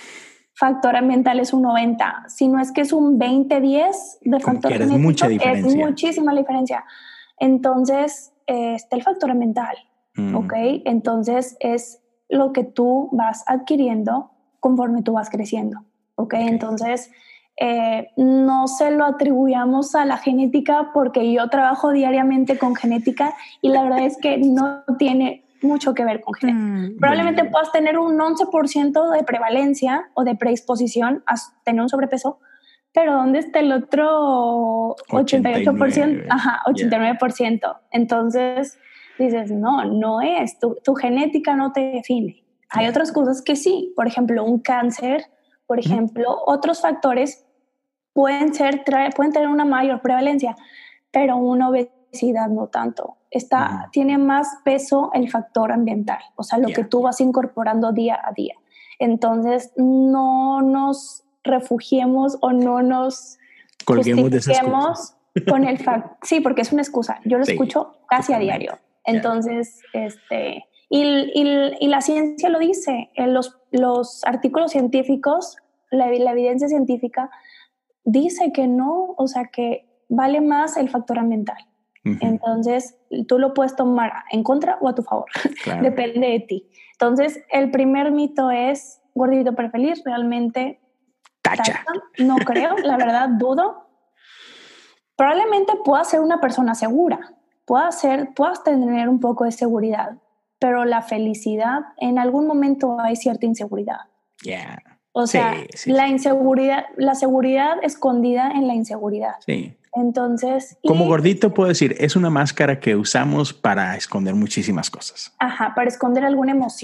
[SPEAKER 3] Factor ambiental es un noventa por ciento. Si no es que es un veinte diez de
[SPEAKER 2] Como
[SPEAKER 3] factor
[SPEAKER 2] quieres,
[SPEAKER 3] genético,
[SPEAKER 2] mucha diferencia.
[SPEAKER 3] Es muchísima diferencia. Entonces, eh, está el factor ambiental. ¿ok? ¿Okay? Entonces es lo que tú vas adquiriendo conforme tú vas creciendo, ¿ok? okay. Entonces eh, no se lo atribuyamos a la genética porque yo trabajo diariamente con genética y la verdad es que no tiene mucho que ver con genética. Mm, Probablemente bueno. puedas tener un once por ciento de prevalencia o de predisposición a tener un sobrepeso, pero ¿dónde está el otro ochenta y ocho por ciento? Ajá, ochenta y nueve por ciento. Yeah. Entonces dices, no, no es, tu, tu genética no te define. Hay yeah. otras cosas que sí, por ejemplo, un cáncer, por ejemplo, uh-huh. otros factores pueden, ser, trae, pueden tener una mayor prevalencia, pero una obesidad no tanto. Está, uh-huh. Tiene más peso el factor ambiental, o sea, lo yeah. que tú vas incorporando día a día. Entonces, no nos refugiemos o no nos
[SPEAKER 2] colguemos de esas cosas.
[SPEAKER 3] Con el fact, sí, porque es una excusa. Yo lo sí, escucho casi totalmente. a diario. Entonces, yeah. este, y, y, y la ciencia lo dice, en los, los artículos científicos, la, la evidencia científica dice que no, o sea, que vale más el factor ambiental. Uh-huh. Entonces, tú lo puedes tomar en contra o a tu favor, claro. Depende de ti. Entonces, el primer mito es gordito pero feliz, realmente
[SPEAKER 2] tacha.
[SPEAKER 3] tacha. No creo, la verdad, dudo. Probablemente puedas ser una persona segura, puedas, ser, puedas tener un poco de seguridad, pero la felicidad, en algún momento hay cierta inseguridad.
[SPEAKER 2] Yeah.
[SPEAKER 3] O sea, sí, sí, la sí. inseguridad, la seguridad escondida en la inseguridad.
[SPEAKER 2] Sí.
[SPEAKER 3] Entonces...
[SPEAKER 2] Como
[SPEAKER 3] y,
[SPEAKER 2] gordito puedo decir, es una máscara que usamos para esconder muchísimas cosas.
[SPEAKER 3] Ajá, para esconder alguna emoción.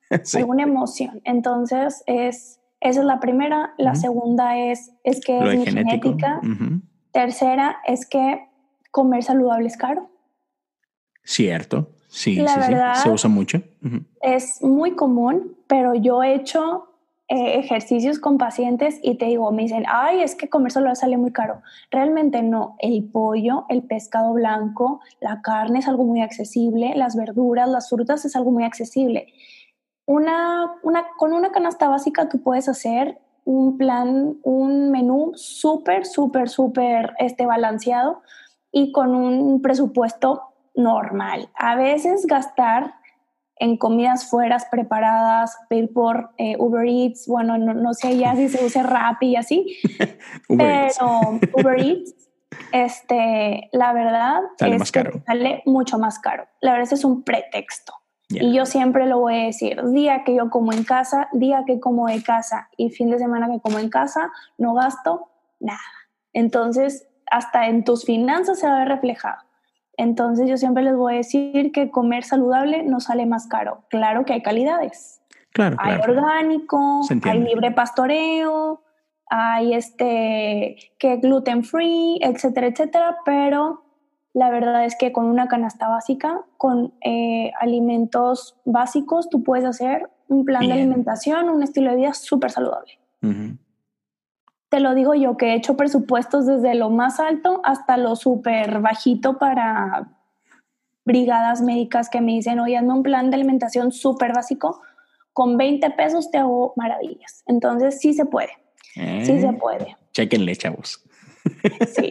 [SPEAKER 2] Sí.
[SPEAKER 3] alguna emoción. Entonces, es, esa es la primera. La uh-huh. segunda es, es que
[SPEAKER 2] Lo
[SPEAKER 3] es mi
[SPEAKER 2] genético.
[SPEAKER 3] genética.
[SPEAKER 2] Uh-huh.
[SPEAKER 3] Tercera es que comer saludable es caro.
[SPEAKER 2] Cierto. Sí,
[SPEAKER 3] la
[SPEAKER 2] sí,
[SPEAKER 3] verdad,
[SPEAKER 2] sí. Se usa mucho. Uh-huh.
[SPEAKER 3] Es muy común, pero yo he hecho eh, ejercicios con pacientes y te digo, me dicen, ay, es que comer saludable sale muy caro. Realmente no. El pollo, el pescado blanco, la carne es algo muy accesible, las verduras, las frutas es algo muy accesible. Una, una, con una canasta básica tú puedes hacer un plan, un menú súper, súper, súper este, balanceado y con un presupuesto normal. A veces gastar en comidas fueras preparadas, pedir por eh, Uber Eats, bueno, no, no sé ya si se usa Rappi y así, Uber pero Eats. Uber Eats, este, la verdad
[SPEAKER 2] sale
[SPEAKER 3] es
[SPEAKER 2] más caro.
[SPEAKER 3] que sale mucho más caro. La verdad es un pretexto.
[SPEAKER 2] Yeah.
[SPEAKER 3] Y yo siempre lo voy a decir, día que yo como en casa, día que como de casa y fin de semana que como en casa, no gasto nada. Entonces, hasta en tus finanzas se va a ver reflejado. Entonces yo siempre les voy a decir que comer saludable no sale más caro. Claro que hay calidades.
[SPEAKER 2] Claro,
[SPEAKER 3] hay
[SPEAKER 2] claro.
[SPEAKER 3] orgánico, hay libre pastoreo, hay este que gluten free, etcétera, etcétera, pero la verdad es que con una canasta básica, con eh, alimentos básicos, tú puedes hacer un plan Bien. de alimentación, un estilo de vida súper saludable.
[SPEAKER 2] Uh-huh.
[SPEAKER 3] Te lo digo yo, que he hecho presupuestos desde lo más alto hasta lo súper bajito para brigadas médicas que me dicen, oye, hazme un plan de alimentación súper básico, con veinte pesos te hago maravillas. Entonces sí se puede, eh, sí se puede.
[SPEAKER 2] Chéquenle, chavos.
[SPEAKER 3] Sí.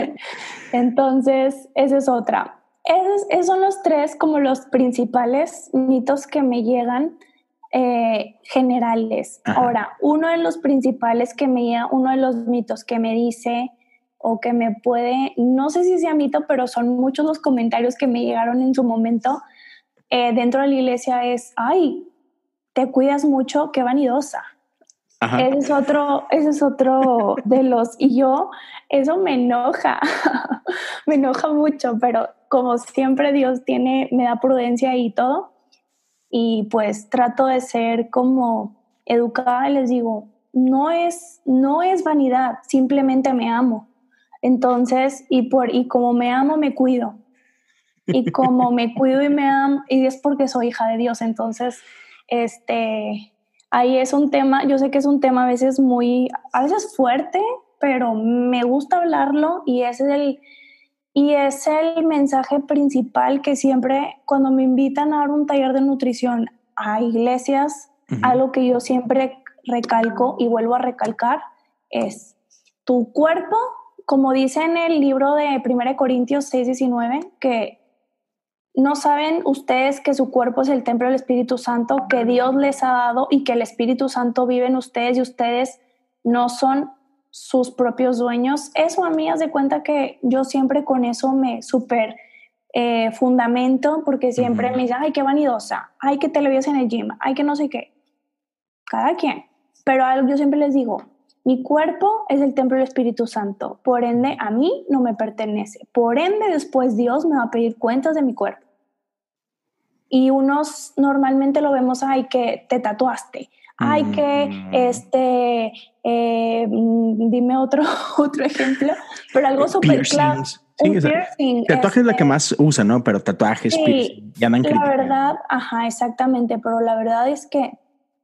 [SPEAKER 3] Entonces, esa es otra. Esos, esos son los tres como los principales mitos que me llegan eh, generales. Ajá. Ahora, uno de los principales que me llega, uno de los mitos que me dice o que me puede, no sé si sea mito, pero son muchos los comentarios que me llegaron en su momento eh, dentro de la iglesia es, ay, te cuidas mucho, qué vanidosa. Ajá. Ese es otro, ese es otro de los, y yo, eso me enoja, me enoja mucho, pero como siempre Dios tiene, me da prudencia y todo, y pues trato de ser como educada y les digo, no es, no es vanidad, simplemente me amo. Entonces, y, por, y como me amo, me cuido. Y como me cuido y me amo, y es porque soy hija de Dios, entonces, este... ahí es un tema, yo sé que es un tema a veces muy, a veces fuerte, pero me gusta hablarlo y ese es el, y es el mensaje principal que siempre cuando me invitan a dar un taller de nutrición a iglesias, uh-huh. algo que yo siempre recalco y vuelvo a recalcar es tu cuerpo, como dice en el libro de primera Corintios seis diecinueve, que ¿no saben ustedes que su cuerpo es el templo del Espíritu Santo que Dios les ha dado y que el Espíritu Santo vive en ustedes y ustedes no son sus propios dueños? Eso a mí haz de cuenta que yo siempre con eso me súper eh, fundamento porque siempre uh-huh. me dicen, ay, qué vanidosa, ay, que te lo veas en el gym, ay, que no sé qué. Cada quien. Pero algo yo siempre les digo, mi cuerpo es el templo del Espíritu Santo, por ende a mí no me pertenece, por ende después Dios me va a pedir cuentas de mi cuerpo. Y unos normalmente lo vemos, ay, que te tatuaste, ay, que mm. este, eh, dime otro, otro ejemplo, pero algo súper claro.
[SPEAKER 2] Sí, un o sea, piercing, tatuaje este, es la que más usa, ¿no? Pero tatuajes, sí, piercing, ya andan criticando.
[SPEAKER 3] La verdad, ajá, exactamente, pero la verdad es que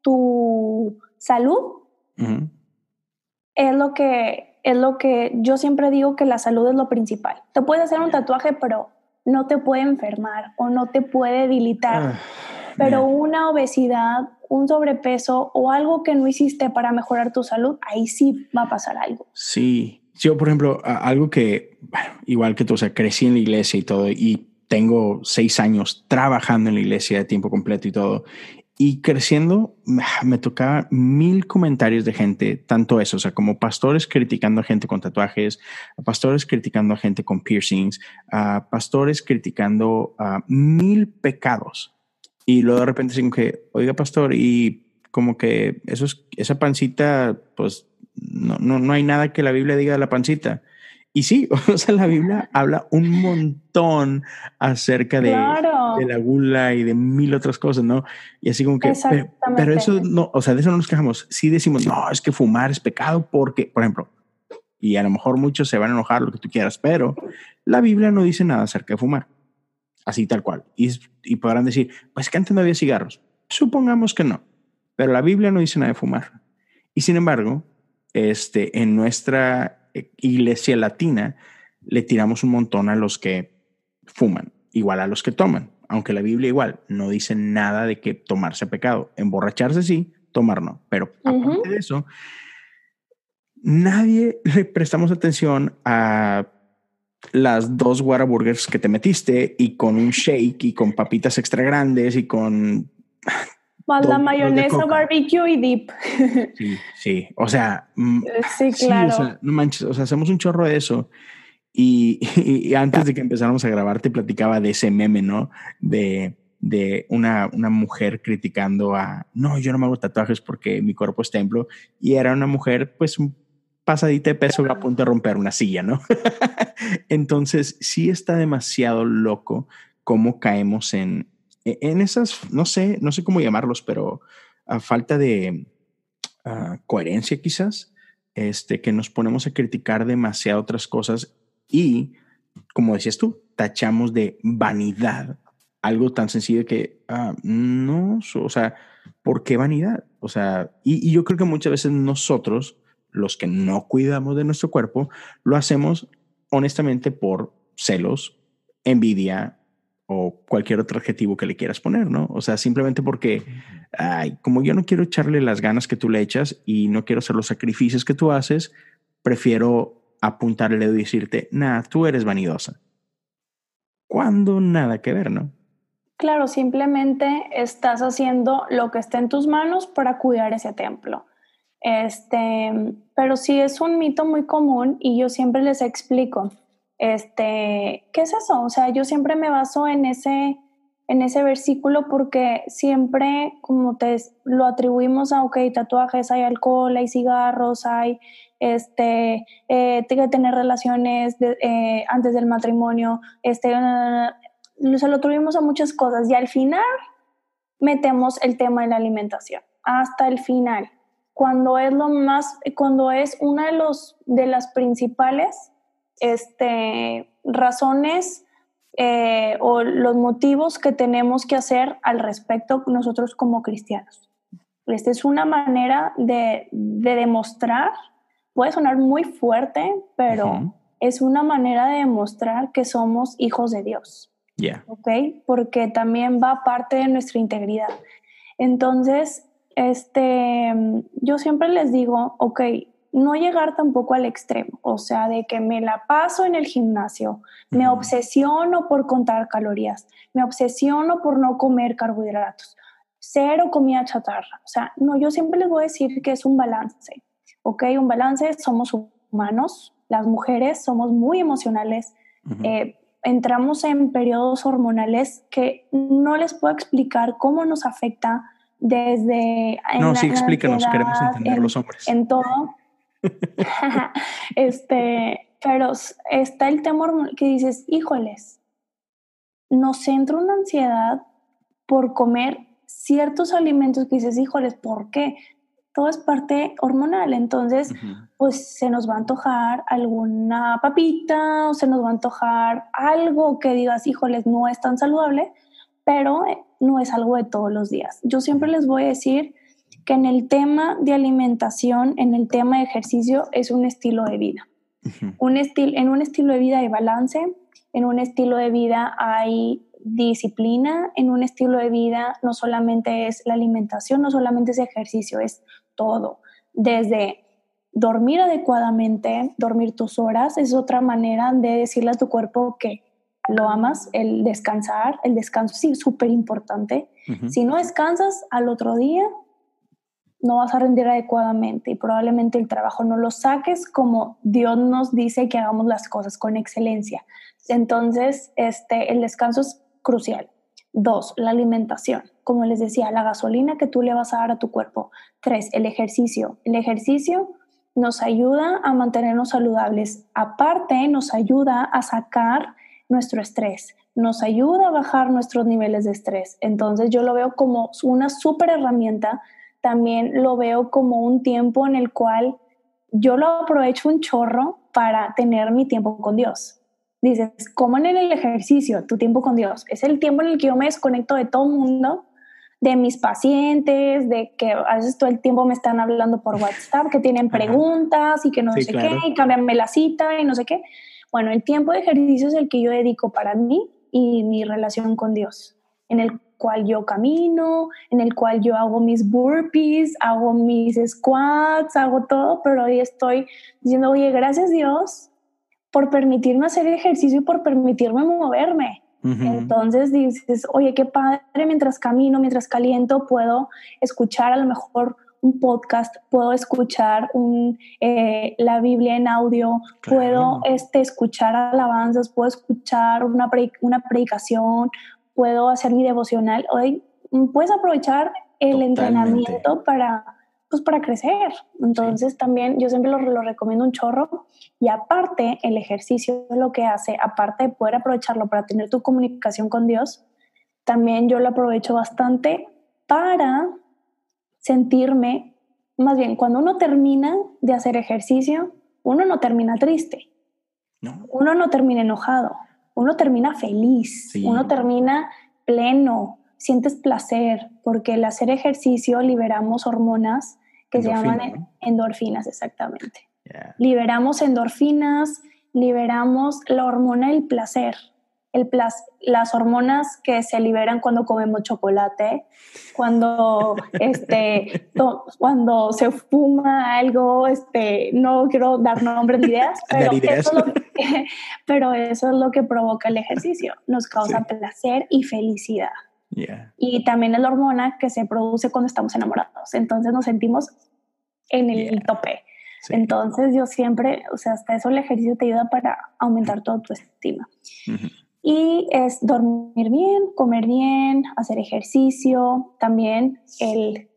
[SPEAKER 3] tu salud uh-huh. es lo que es lo que yo siempre digo, que la salud es lo principal. Te puedes hacer un tatuaje, pero no te puede enfermar o no te puede debilitar. Uh, pero man. Una obesidad, un sobrepeso o algo que no hiciste para mejorar tu salud, ahí sí va a pasar algo.
[SPEAKER 2] Sí. Yo, por ejemplo, algo que, bueno, igual que tú, o sea, crecí en la iglesia y todo, y tengo seis años trabajando en la iglesia de tiempo completo y todo. Y creciendo, me tocaba mil comentarios de gente, tanto eso, o sea, como pastores criticando a gente con tatuajes, pastores criticando a gente con piercings, uh, pastores criticando a uh, mil pecados. Y luego de repente dicen que, oiga, pastor, y como que eso es, esa pancita, pues no, no, no hay nada que la Biblia diga de la pancita. y sí, o sea, la Biblia habla un montón acerca de,
[SPEAKER 3] Claro.
[SPEAKER 2] de la gula y de mil otras cosas, ¿no? Y así como que, pero, pero eso no, o sea, de eso no nos quejamos. Sí decimos, no, es que fumar es pecado porque, por ejemplo, y a lo mejor muchos se van a enojar, lo que tú quieras, pero la Biblia no dice nada acerca de fumar, así tal cual. Y, y podrán decir, pues que antes no había cigarros. Supongamos que no, pero la Biblia no dice nada de fumar. Y sin embargo, este, en nuestra iglesia latina le tiramos un montón a los que fuman, igual a los que toman, aunque la Biblia igual no dice nada de que tomarse pecado. Emborracharse sí, tomar no. Pero aparte uh-huh. de eso, nadie le prestamos atención a las dos Whataburgers que te metiste y con un shake y con papitas extra grandes y con...
[SPEAKER 3] Más la mayonesa, barbecue y dip.
[SPEAKER 2] Sí, sí. O sea...
[SPEAKER 3] Sí, claro.
[SPEAKER 2] Sí, o sea, no manches. O sea, hacemos un chorro de eso. Y, y, y antes de que empezáramos a grabar te platicaba de ese meme, ¿no? De, de una, una mujer criticando a... No, yo no me hago tatuajes porque mi cuerpo es templo. Y era una mujer, pues, un pasadita de peso a punto de romper una silla, ¿no? Entonces, sí está demasiado loco cómo caemos en, en esas, no sé, no sé cómo llamarlos, pero a falta de uh, coherencia quizás, este, que nos ponemos a criticar demasiado otras cosas y, como decías tú, tachamos de vanidad algo tan sencillo que, uh, no, o sea, ¿por qué vanidad? O sea, y, y yo creo que muchas veces nosotros, los que no cuidamos de nuestro cuerpo, lo hacemos honestamente por celos, envidia o cualquier otro adjetivo que le quieras poner, ¿no? O sea, simplemente porque, ay, como yo no quiero echarle las ganas que tú le echas y no quiero hacer los sacrificios que tú haces, prefiero apuntar el dedo y decirte, nah, tú eres vanidosa. Cuando nada que ver, ¿no?
[SPEAKER 3] Claro, simplemente estás haciendo lo que está en tus manos para cuidar ese templo. Este, pero sí es un mito muy común y yo siempre les explico, este, ¿qué es eso? O sea, yo siempre me baso en ese, en ese versículo porque siempre como te lo atribuimos a, ok, tatuajes, hay alcohol, hay cigarros, hay, este, eh, tengo que tener relaciones de, eh, antes del matrimonio, este, uh, se lo atribuimos a muchas cosas y al final metemos el tema de la alimentación, hasta el final. Cuando es lo más, cuando es una de los de las principales este, razones eh, o los motivos que tenemos que hacer al respecto nosotros como cristianos. Esta es una manera de, de demostrar, puede sonar muy fuerte, pero uh-huh. es una manera de demostrar que somos hijos de Dios.
[SPEAKER 2] Yeah.
[SPEAKER 3] ¿Okay? Porque también va parte de nuestra integridad. Entonces, este, yo siempre les digo, ok, no llegar tampoco al extremo, o sea, de que me la paso en el gimnasio, uh-huh. me obsesiono por contar calorías, me obsesiono por no comer carbohidratos, cero comida chatarra. O sea, no, yo siempre les voy a decir que es un balance, ok, un balance, somos humanos, las mujeres somos muy emocionales, uh-huh. eh, entramos en periodos hormonales que no les puedo explicar cómo nos afecta desde...
[SPEAKER 2] No,
[SPEAKER 3] en
[SPEAKER 2] sí,
[SPEAKER 3] la,
[SPEAKER 2] explícanos,
[SPEAKER 3] en
[SPEAKER 2] queremos entender
[SPEAKER 3] en,
[SPEAKER 2] los hombres.
[SPEAKER 3] En todo. este, pero está el tema hormonal que dices, híjoles, nos entra una ansiedad por comer ciertos alimentos que dices, híjoles, ¿por qué? Todo es parte hormonal, entonces uh-huh. pues se nos va a antojar alguna papita o se nos va a antojar algo que digas, híjoles, no es tan saludable, pero no es algo de todos los días. Yo siempre les voy a decir que en el tema de alimentación, en el tema de ejercicio, es un estilo de vida. Uh-huh. Un estil- en un estilo de vida hay balance, en un estilo de vida hay disciplina, en un estilo de vida no solamente es la alimentación, no solamente es ejercicio, es todo. Desde dormir adecuadamente, dormir tus horas, es otra manera de decirle a tu cuerpo que lo amas, el descansar, el descanso sí es súper importante. Uh-huh. Si no descansas, al otro día no vas a rendir adecuadamente y probablemente el trabajo no lo saques como Dios nos dice que hagamos las cosas con excelencia. Entonces, este, el descanso es crucial. Dos, la alimentación. Como les decía, la gasolina que tú le vas a dar a tu cuerpo. Tres, el ejercicio. El ejercicio nos ayuda a mantenernos saludables. Aparte, nos ayuda a sacar nuestro estrés, nos ayuda a bajar nuestros niveles de estrés. Entonces yo lo veo como una súper herramienta. También lo veo como un tiempo en el cual yo lo aprovecho un chorro para tener mi tiempo con Dios. Dices, ¿cómo en el ejercicio? Tu tiempo con Dios. Es el tiempo en el que yo me desconecto de todo el mundo, de mis pacientes, de que a veces todo el tiempo me están hablando por WhatsApp, que tienen preguntas y que no
[SPEAKER 2] sí,
[SPEAKER 3] sé
[SPEAKER 2] claro.
[SPEAKER 3] qué, y cámbiame la cita y no sé qué. Bueno, el tiempo de ejercicio es el que yo dedico para mí y mi relación con Dios, en el cual yo camino, en el cual yo hago mis burpees, hago mis squats, hago todo, pero hoy estoy diciendo, oye, gracias Dios por permitirme hacer ejercicio y por permitirme moverme. Uh-huh. Entonces dices, oye, qué padre, mientras camino, mientras caliento, puedo escuchar a lo mejor un podcast, puedo escuchar un, eh, la Biblia en audio, claro. puedo este, escuchar alabanzas, puedo escuchar una, pre- una predicación, puedo hacer mi devocional. Hoy puedes aprovechar el Totalmente. entrenamiento para, pues, para crecer. Entonces sí. también yo siempre lo, lo recomiendo un chorro. Y aparte, el ejercicio lo que hace, aparte de poder aprovecharlo para tener tu comunicación con Dios, también yo lo aprovecho bastante para sentirme, más bien, cuando uno termina de hacer ejercicio, uno no termina triste, no. uno no termina enojado, uno termina feliz, sí. uno termina pleno, sientes placer, porque al hacer ejercicio liberamos hormonas que Endorfina, se llaman ¿no? endorfinas, exactamente. Yeah. Liberamos endorfinas, liberamos la hormona del placer. El plas- las hormonas que se liberan cuando comemos chocolate, cuando, este, to- cuando se fuma algo, este, no quiero dar nombres ni ideas, pero
[SPEAKER 2] ideas.
[SPEAKER 3] Eso, es lo que, pero eso es lo que provoca el ejercicio, nos causa sí. placer y felicidad.
[SPEAKER 2] Yeah.
[SPEAKER 3] Y también es la hormona que se produce cuando estamos enamorados, entonces nos sentimos en el yeah. tope. Sí. Entonces yo siempre, o sea, hasta eso el ejercicio te ayuda para aumentar tu autoestima. Uh-huh. Y es dormir bien, comer bien, hacer ejercicio, también el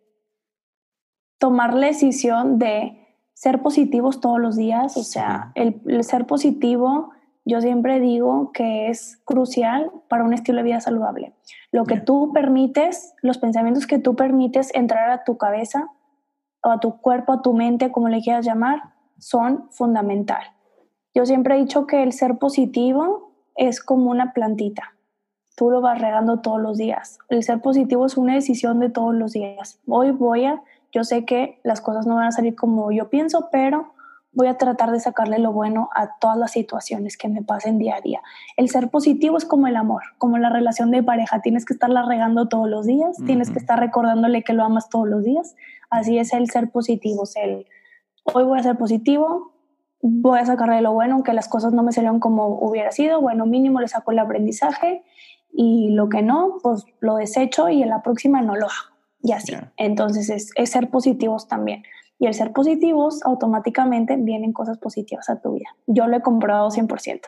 [SPEAKER 3] tomar la decisión de ser positivos todos los días, o sea, el, el ser positivo, yo siempre digo que es crucial para un estilo de vida saludable. Lo que yeah. tú permites, los pensamientos que tú permites entrar a tu cabeza, o a tu cuerpo, a tu mente, como le quieras llamar, son fundamental. Yo siempre he dicho que el ser positivo es como una plantita. Tú lo vas regando todos los días. El ser positivo es una decisión de todos los días. Hoy voy a, yo sé que las cosas no van a salir como yo pienso, pero voy a tratar de sacarle lo bueno a todas las situaciones que me pasen día a día. El ser positivo es como el amor, como la relación de pareja. Tienes que estarla regando todos los días, uh-huh. tienes que estar recordándole que lo amas todos los días. Así es el ser positivo. Es el, hoy voy a ser positivo, voy a sacarle lo bueno, aunque las cosas no me salieron como hubiera sido. Bueno, mínimo le saco el aprendizaje y lo que no, pues lo desecho y en la próxima no lo hago. Y así. Yeah. Entonces es, es ser positivos también. Y el ser positivos, automáticamente vienen cosas positivas a tu vida. Yo lo he comprobado cien por ciento.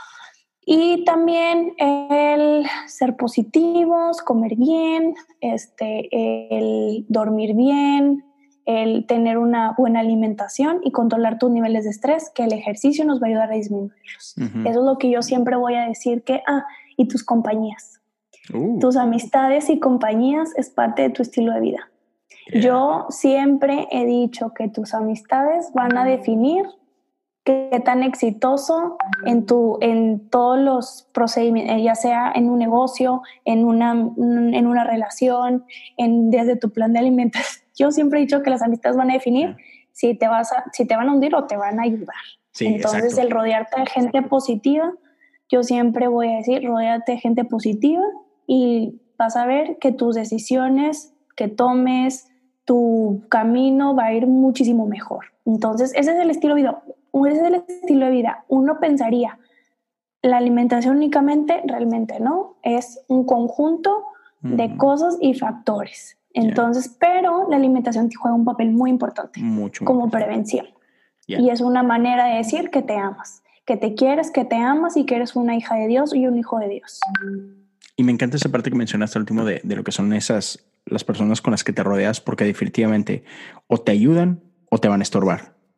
[SPEAKER 3] Y también el ser positivos, comer bien, este, el dormir bien, el tener una buena alimentación y controlar tus niveles de estrés, que el ejercicio nos va a ayudar a disminuirlos. Uh-huh. Eso es lo que yo siempre voy a decir que, ah, y tus compañías. Uh. Tus amistades y compañías es parte de tu estilo de vida. Yeah. Yo siempre he dicho que tus amistades van a definir qué tan exitoso en, tu, en todos los procedimientos, ya sea en un negocio, en una, en una relación, en, desde tu plan de alimentación. Yo siempre he dicho que las amistades van a definir yeah. si, te vas a, si te van a hundir o te van a ayudar.
[SPEAKER 2] Sí,
[SPEAKER 3] Entonces,
[SPEAKER 2] exacto.
[SPEAKER 3] el rodearte de gente exacto. positiva, yo siempre voy a decir, rodéate de gente positiva y vas a ver que tus decisiones que tomes, tu camino va a ir muchísimo mejor. Entonces, ese es el estilo de vida. Ese es el estilo de vida. Uno pensaría, la alimentación únicamente, realmente no. Es un conjunto uh-huh. de cosas y factores. Entonces, yeah. pero la alimentación juega un papel muy importante
[SPEAKER 2] Mucho
[SPEAKER 3] como
[SPEAKER 2] importante.
[SPEAKER 3] prevención.
[SPEAKER 2] Yeah.
[SPEAKER 3] Y es una manera de decir que te amas, que te quieres, que te amas y que eres una hija de Dios y un hijo de Dios.
[SPEAKER 2] Y me encanta esa parte que mencionaste al último de, de lo que son esas, las personas con las que te rodeas, porque definitivamente o te ayudan o te van a estorbar.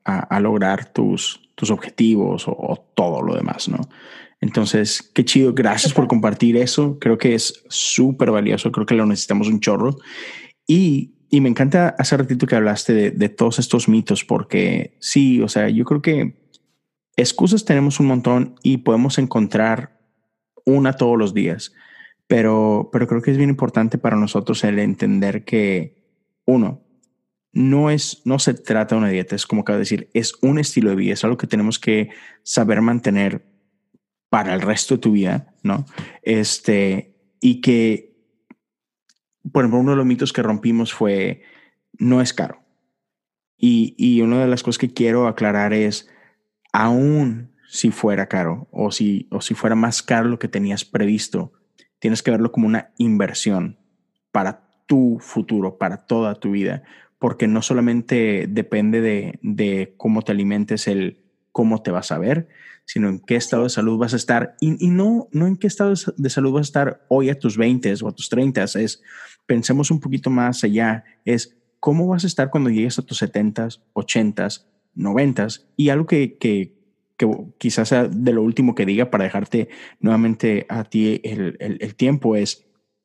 [SPEAKER 2] a, a lograr tus, tus objetivos o, o todo lo demás, ¿no? Entonces, qué chido. Gracias por compartir eso. Creo que es súper valioso. Creo que lo necesitamos un chorro. Y, y me encanta hace ratito que hablaste de, de todos estos mitos, porque sí, o sea, yo creo que excusas tenemos un montón y podemos encontrar una todos los días. Pero, pero creo que es bien importante para nosotros el entender que, uno, no es, no se trata de una dieta, es como acabo de decir, es un estilo de vida, es algo que tenemos que saber mantener para el resto de tu vida, ¿no? Este, y que, por ejemplo, uno de los mitos que rompimos fue, no es caro. Y, y una de las cosas que quiero aclarar es, aún si fuera caro o si, o si fuera más caro lo que tenías previsto, tienes que verlo como una inversión para tu futuro, para toda tu vida, porque no solamente depende de, de cómo te alimentes, el cómo te vas a ver, sino en qué estado de salud vas a estar. Y, y no, no en qué estado de salud vas a estar hoy a tus veinte o a tus treinta. Es, pensemos un poquito más allá, es cómo vas a estar cuando llegues a tus setentas, ochentas, noventas. Y algo que, que, que quizás sea de lo último que diga para dejarte nuevamente a ti el, el, el tiempo es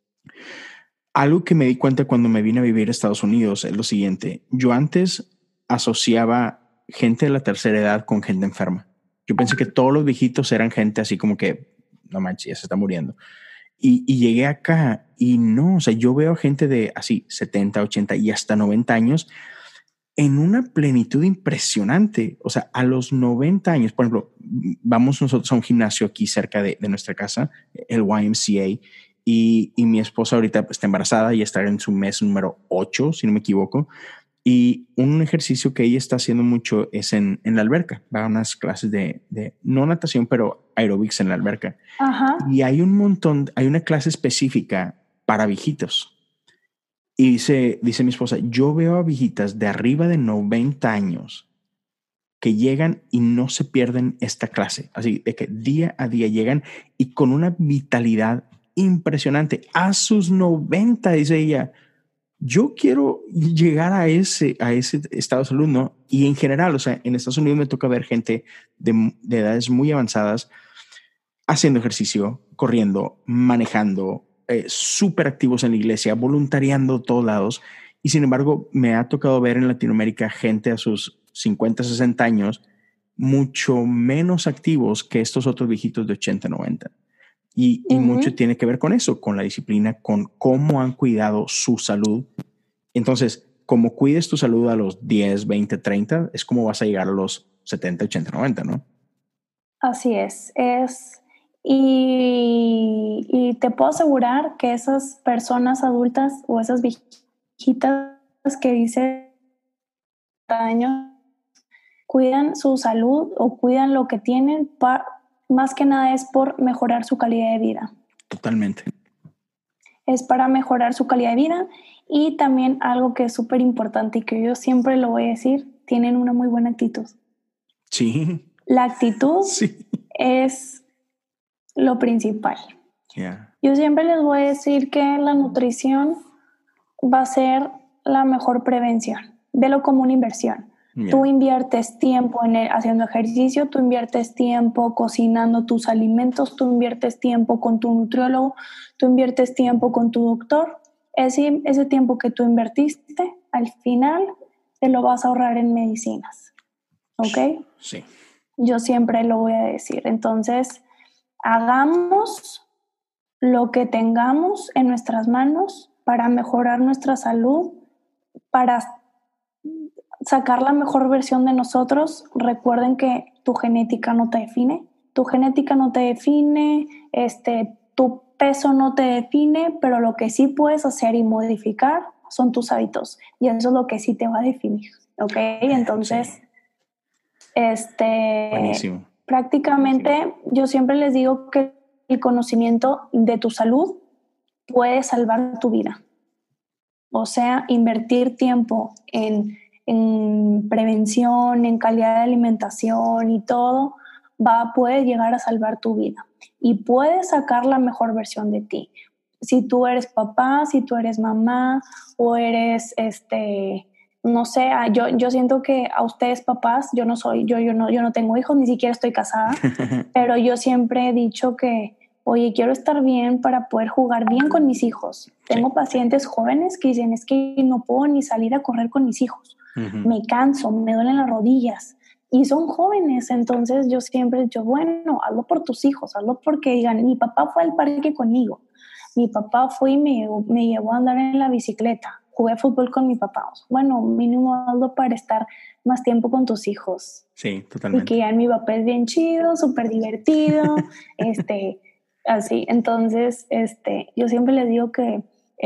[SPEAKER 2] algo que me di cuenta cuando me vine a vivir a Estados Unidos es lo siguiente. Yo antes asociaba gente de la tercera edad con gente enferma. Yo pensé que todos los viejitos eran gente así como que, no manches, ya se está muriendo. Y, y llegué acá y no, o sea, yo veo gente de así setenta, ochenta y hasta noventa años en una plenitud impresionante. O sea, a los noventa años, por ejemplo, vamos nosotros a un gimnasio aquí cerca de, de nuestra casa, el Y M C A, y, y mi esposa ahorita está embarazada y está en su mes número ocho, si no me equivoco. Y un ejercicio que ella está haciendo mucho es en, en la alberca. Va a unas clases de, de, no natación, pero aerobics en la alberca.
[SPEAKER 3] Ajá.
[SPEAKER 2] Y hay un montón, hay una clase específica para viejitos. Y dice, dice mi esposa, yo veo a viejitas de arriba de noventa años que llegan y no se pierden esta clase. Así de que día a día llegan y con una vitalidad impresionante. A sus noventa, dice ella, yo quiero llegar a ese, a ese estado de salud, ¿no? Y en general, o sea, en Estados Unidos me toca ver gente de, de edades muy avanzadas haciendo ejercicio, corriendo, manejando, eh, súper activos en la iglesia, voluntariando a todos lados. Y sin embargo, me ha tocado ver en Latinoamérica gente a sus cincuenta, sesenta años mucho menos activos que estos otros viejitos de ochenta, noventa. Y, y uh-huh. mucho tiene que ver con eso, con la disciplina, con cómo han cuidado su salud. Entonces, como cuides tu salud a los diez, veinte, treinta, es como vas a llegar a los setenta, ochenta, noventa, ¿no?
[SPEAKER 3] Así es, es y, y te puedo asegurar que esas personas adultas o esas viejitas que dicen años cuidan su salud o cuidan lo que tienen, pa, más que nada es por mejorar su calidad de vida.
[SPEAKER 2] Totalmente.
[SPEAKER 3] Es para mejorar su calidad de vida y también algo que es súper importante y que yo siempre lo voy a decir, tienen una muy buena actitud.
[SPEAKER 2] Sí.
[SPEAKER 3] La actitud
[SPEAKER 2] sí.
[SPEAKER 3] es lo principal.
[SPEAKER 2] Yeah.
[SPEAKER 3] Yo siempre les voy a decir que la nutrición va a ser la mejor prevención. Velo como una inversión. Yeah. Tú inviertes tiempo en el, haciendo ejercicio, tú inviertes tiempo cocinando tus alimentos, tú inviertes tiempo con tu nutriólogo, tú inviertes tiempo con tu doctor. Ese, ese tiempo que tú invertiste, al final te lo vas a ahorrar en medicinas. ¿Ok?
[SPEAKER 2] Sí.
[SPEAKER 3] Yo siempre lo voy a decir. Entonces, hagamos lo que tengamos en nuestras manos para mejorar nuestra salud, para sacar la mejor versión de nosotros. Recuerden que tu genética no te define, tu genética no te define, este, tu peso no te define, pero lo que sí puedes hacer y modificar son tus hábitos y eso es lo que sí te va a definir, ¿ok? Entonces, sí. este,
[SPEAKER 2] Buenísimo.
[SPEAKER 3] prácticamente Buenísimo. Yo siempre les digo que el conocimiento de tu salud puede salvar tu vida. O sea, invertir tiempo en, en prevención, en calidad de alimentación y todo, va, puede llegar a salvar tu vida y puedes sacar la mejor versión de ti. Si tú eres papá, si tú eres mamá o eres este, no sé, yo, yo siento que a ustedes papás, yo no soy, yo, yo, no, yo no tengo hijos, ni siquiera estoy casada, pero yo siempre he dicho que, oye, quiero estar bien para poder jugar bien con mis hijos. Tengo sí. pacientes jóvenes que dicen, es que no puedo ni salir a correr con mis hijos. Uh-huh. Me canso, me duelen las rodillas. Y son jóvenes, entonces yo siempre he dicho, bueno, hazlo por tus hijos, hazlo porque digan, mi papá fue al parque conmigo, mi papá fue y me, me llevó a andar en la bicicleta, jugué fútbol con mi papá. Bueno, mínimo hazlo para estar más tiempo con tus hijos.
[SPEAKER 2] Sí, totalmente.
[SPEAKER 3] Y que ya mi papá es bien chido, súper divertido, este, así. Entonces, este, yo siempre les digo que,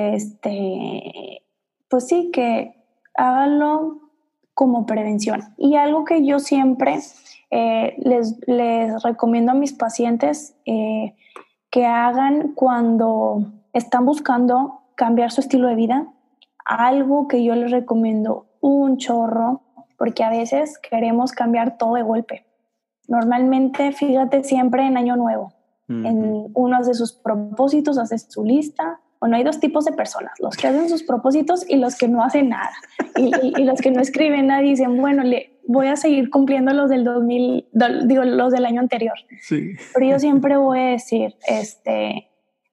[SPEAKER 3] este, pues sí, que háganlo como prevención. Y algo que yo siempre eh, les, les recomiendo a mis pacientes eh, que hagan cuando están buscando cambiar su estilo de vida, algo que yo les recomiendo un chorro, porque a veces queremos cambiar todo de golpe. Normalmente, fíjate, siempre en Año Nuevo, uh-huh. en uno de sus propósitos, hace su lista. Bueno, hay dos tipos de personas, los que hacen sus propósitos y los que no hacen nada. Y, y, y los que no escriben nada dicen, bueno, le voy a seguir cumpliendo los del dos mil, do, digo, los del año anterior.
[SPEAKER 2] Sí.
[SPEAKER 3] Pero yo siempre voy a decir, este,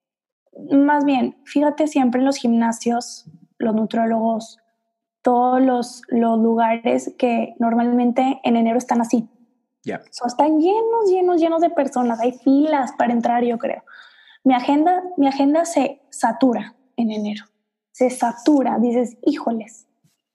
[SPEAKER 3] más bien, fíjate siempre en los gimnasios, los nutriólogos, todos los, los lugares que normalmente en enero están así.
[SPEAKER 2] Yeah.
[SPEAKER 3] So, están llenos, llenos, llenos de personas. Hay filas para entrar, yo creo. Mi agenda, mi agenda se satura en enero. Se satura. Dices, híjoles.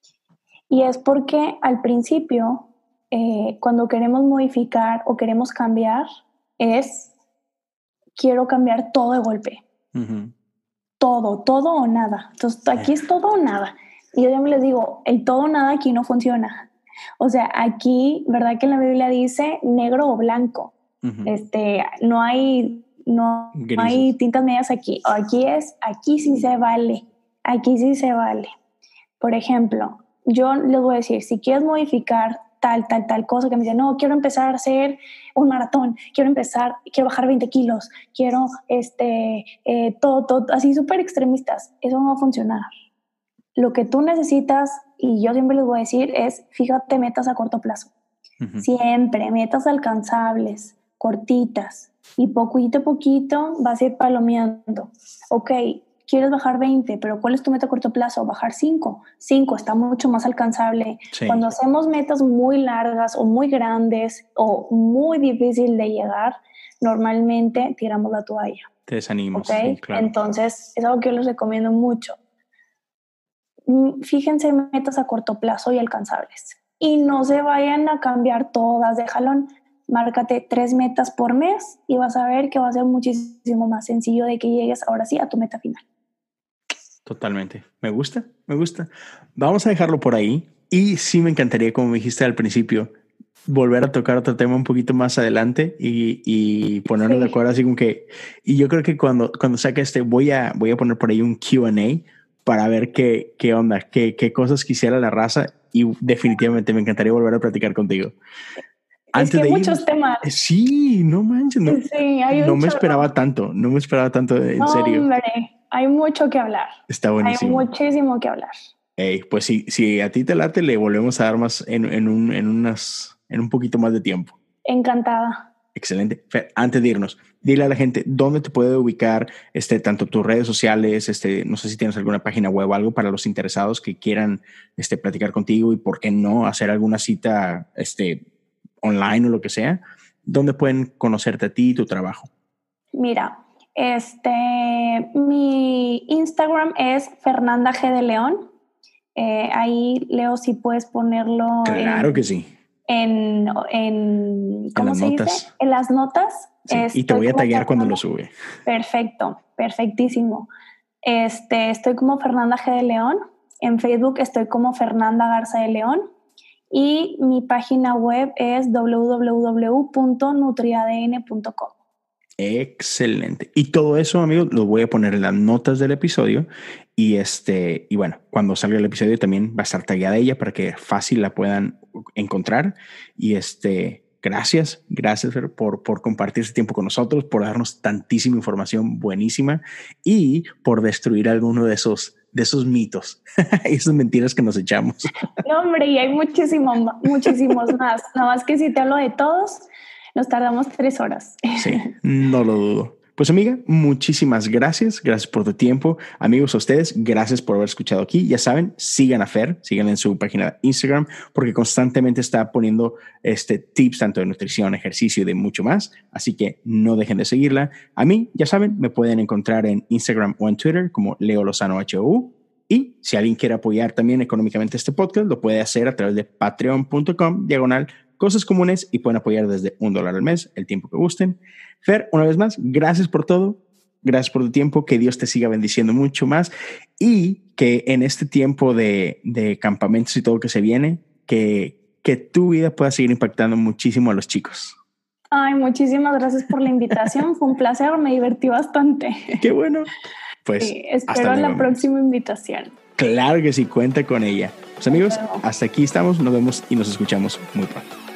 [SPEAKER 3] Y es porque al principio, eh, cuando queremos modificar o queremos cambiar, es quiero cambiar todo de golpe.
[SPEAKER 2] Uh-huh.
[SPEAKER 3] Todo, todo o nada. Entonces, aquí es todo o nada. Y yo ya me les digo, el todo o nada aquí no funciona. O sea, aquí, ¿verdad que en la Biblia dice negro o blanco? Uh-huh. Este, no hay, no, no hay tintas medias aquí. O aquí es, aquí sí se vale. Aquí sí se vale. Por ejemplo, yo les voy a decir, si quieres modificar tal, tal, tal cosa, que me dicen, no, quiero empezar a hacer un maratón, quiero empezar, quiero bajar veinte kilos, quiero, este, eh, todo, todo, así súper extremistas. Eso no va a funcionar. Lo que tú necesitas, y yo siempre les voy a decir, es fíjate metas a corto plazo. Uh-huh. Siempre, metas alcanzables, cortitas, y poquito a poquito vas a ir palomeando. Ok, quieres bajar veinte, pero ¿cuál es tu meta a corto plazo? Bajar cinco. cinco está mucho más alcanzable. Sí. Cuando hacemos metas muy largas o muy grandes o muy difícil de llegar, normalmente tiramos la toalla.
[SPEAKER 2] Te desanimas.
[SPEAKER 3] ¿Okay?
[SPEAKER 2] Sí, claro.
[SPEAKER 3] Entonces, es algo que yo les recomiendo mucho. Fíjense en metas a corto plazo y alcanzables. Y no se vayan a cambiar todas de jalón. Márcate tres metas por mes y vas a ver que va a ser muchísimo más sencillo de que llegues ahora sí a tu meta final.
[SPEAKER 2] Totalmente. Me gusta, me gusta. Vamos a dejarlo por ahí. Y sí me encantaría, como me dijiste al principio, volver a tocar otro tema un poquito más adelante y, y ponernos sí. de acuerdo así como que... Y yo creo que cuando, cuando saque este, voy a, voy a poner por ahí un Q and A para ver qué, qué onda, qué, qué cosas quisiera la raza, y definitivamente me encantaría volver a platicar contigo.
[SPEAKER 3] Antes es que de muchos ir, temas.
[SPEAKER 2] Sí, no manches, no,
[SPEAKER 3] sí, hay
[SPEAKER 2] no
[SPEAKER 3] un
[SPEAKER 2] me
[SPEAKER 3] chorro.
[SPEAKER 2] esperaba tanto, no me esperaba tanto, en
[SPEAKER 3] no,
[SPEAKER 2] serio.
[SPEAKER 3] Hombre, hay mucho que hablar.
[SPEAKER 2] Está buenísimo.
[SPEAKER 3] Hay muchísimo que hablar.
[SPEAKER 2] Hey, pues si, si a ti te late, le volvemos a dar más en, en, un, en, unas, en un poquito más de tiempo.
[SPEAKER 3] Encantada.
[SPEAKER 2] Excelente. Fer, antes de irnos, dile a la gente dónde te puede ubicar, este, tanto tus redes sociales, este, no sé si tienes alguna página web o algo para los interesados que quieran este, platicar contigo y por qué no hacer alguna cita este, online o lo que sea. ¿Dónde pueden conocerte a ti y tu trabajo?
[SPEAKER 3] Mira, este, mi Instagram es Fernanda G de León. Eh, ahí, Leo, si puedes ponerlo.
[SPEAKER 2] Claro
[SPEAKER 3] en,
[SPEAKER 2] que sí.
[SPEAKER 3] En, en, ¿cómo
[SPEAKER 2] en
[SPEAKER 3] se
[SPEAKER 2] notas.
[SPEAKER 3] dice? En las notas.
[SPEAKER 2] Sí, y te voy a taggear cuando lo sube.
[SPEAKER 3] Perfecto, perfectísimo. Este, estoy como Fernanda G de León. En Facebook estoy como Fernanda Garza de León. Y mi página web es doble u doble u doble u punto nutriadn punto com.
[SPEAKER 2] Excelente. Y todo eso, amigos, lo voy a poner en las notas del episodio. Y este, y bueno, cuando salga el episodio también va a estar tagueada ella para que fácil la puedan encontrar. Y este, gracias, gracias por, por compartir este tiempo con nosotros, por darnos tantísima información buenísima y por destruir alguno de esos de esos mitos y esas mentiras que nos echamos.
[SPEAKER 3] No, hombre, y hay muchísimos, muchísimos más. Nada más que si te hablo de todos, nos tardamos tres horas.
[SPEAKER 2] Sí, no lo dudo. Pues amiga, muchísimas gracias. Gracias por tu tiempo. Amigos, a ustedes, gracias por haber escuchado aquí. Ya saben, sigan a Fer, sigan en su página de Instagram, porque constantemente está poniendo este, tips tanto de nutrición, ejercicio y de mucho más. Así que no dejen de seguirla. A mí, ya saben, me pueden encontrar en Instagram o en Twitter como Leo Lozano H O U. Y si alguien quiere apoyar también económicamente este podcast, lo puede hacer a través de patreon punto com diagonal cosas comunes y pueden apoyar desde un dólar al mes, el tiempo que gusten. Fer, una vez más, gracias por todo. Gracias por tu tiempo. Que Dios te siga bendiciendo mucho más y que en este tiempo de, de campamentos y todo que se viene, que, que tu vida pueda seguir impactando muchísimo a los chicos.
[SPEAKER 3] Ay, muchísimas gracias por la invitación. Fue un placer, me divertí bastante.
[SPEAKER 2] Qué bueno. Pues
[SPEAKER 3] sí, espero la próxima invitación.
[SPEAKER 2] Claro que sí, cuenta con ella. Pues amigos, hasta aquí estamos. Nos vemos y nos escuchamos muy pronto.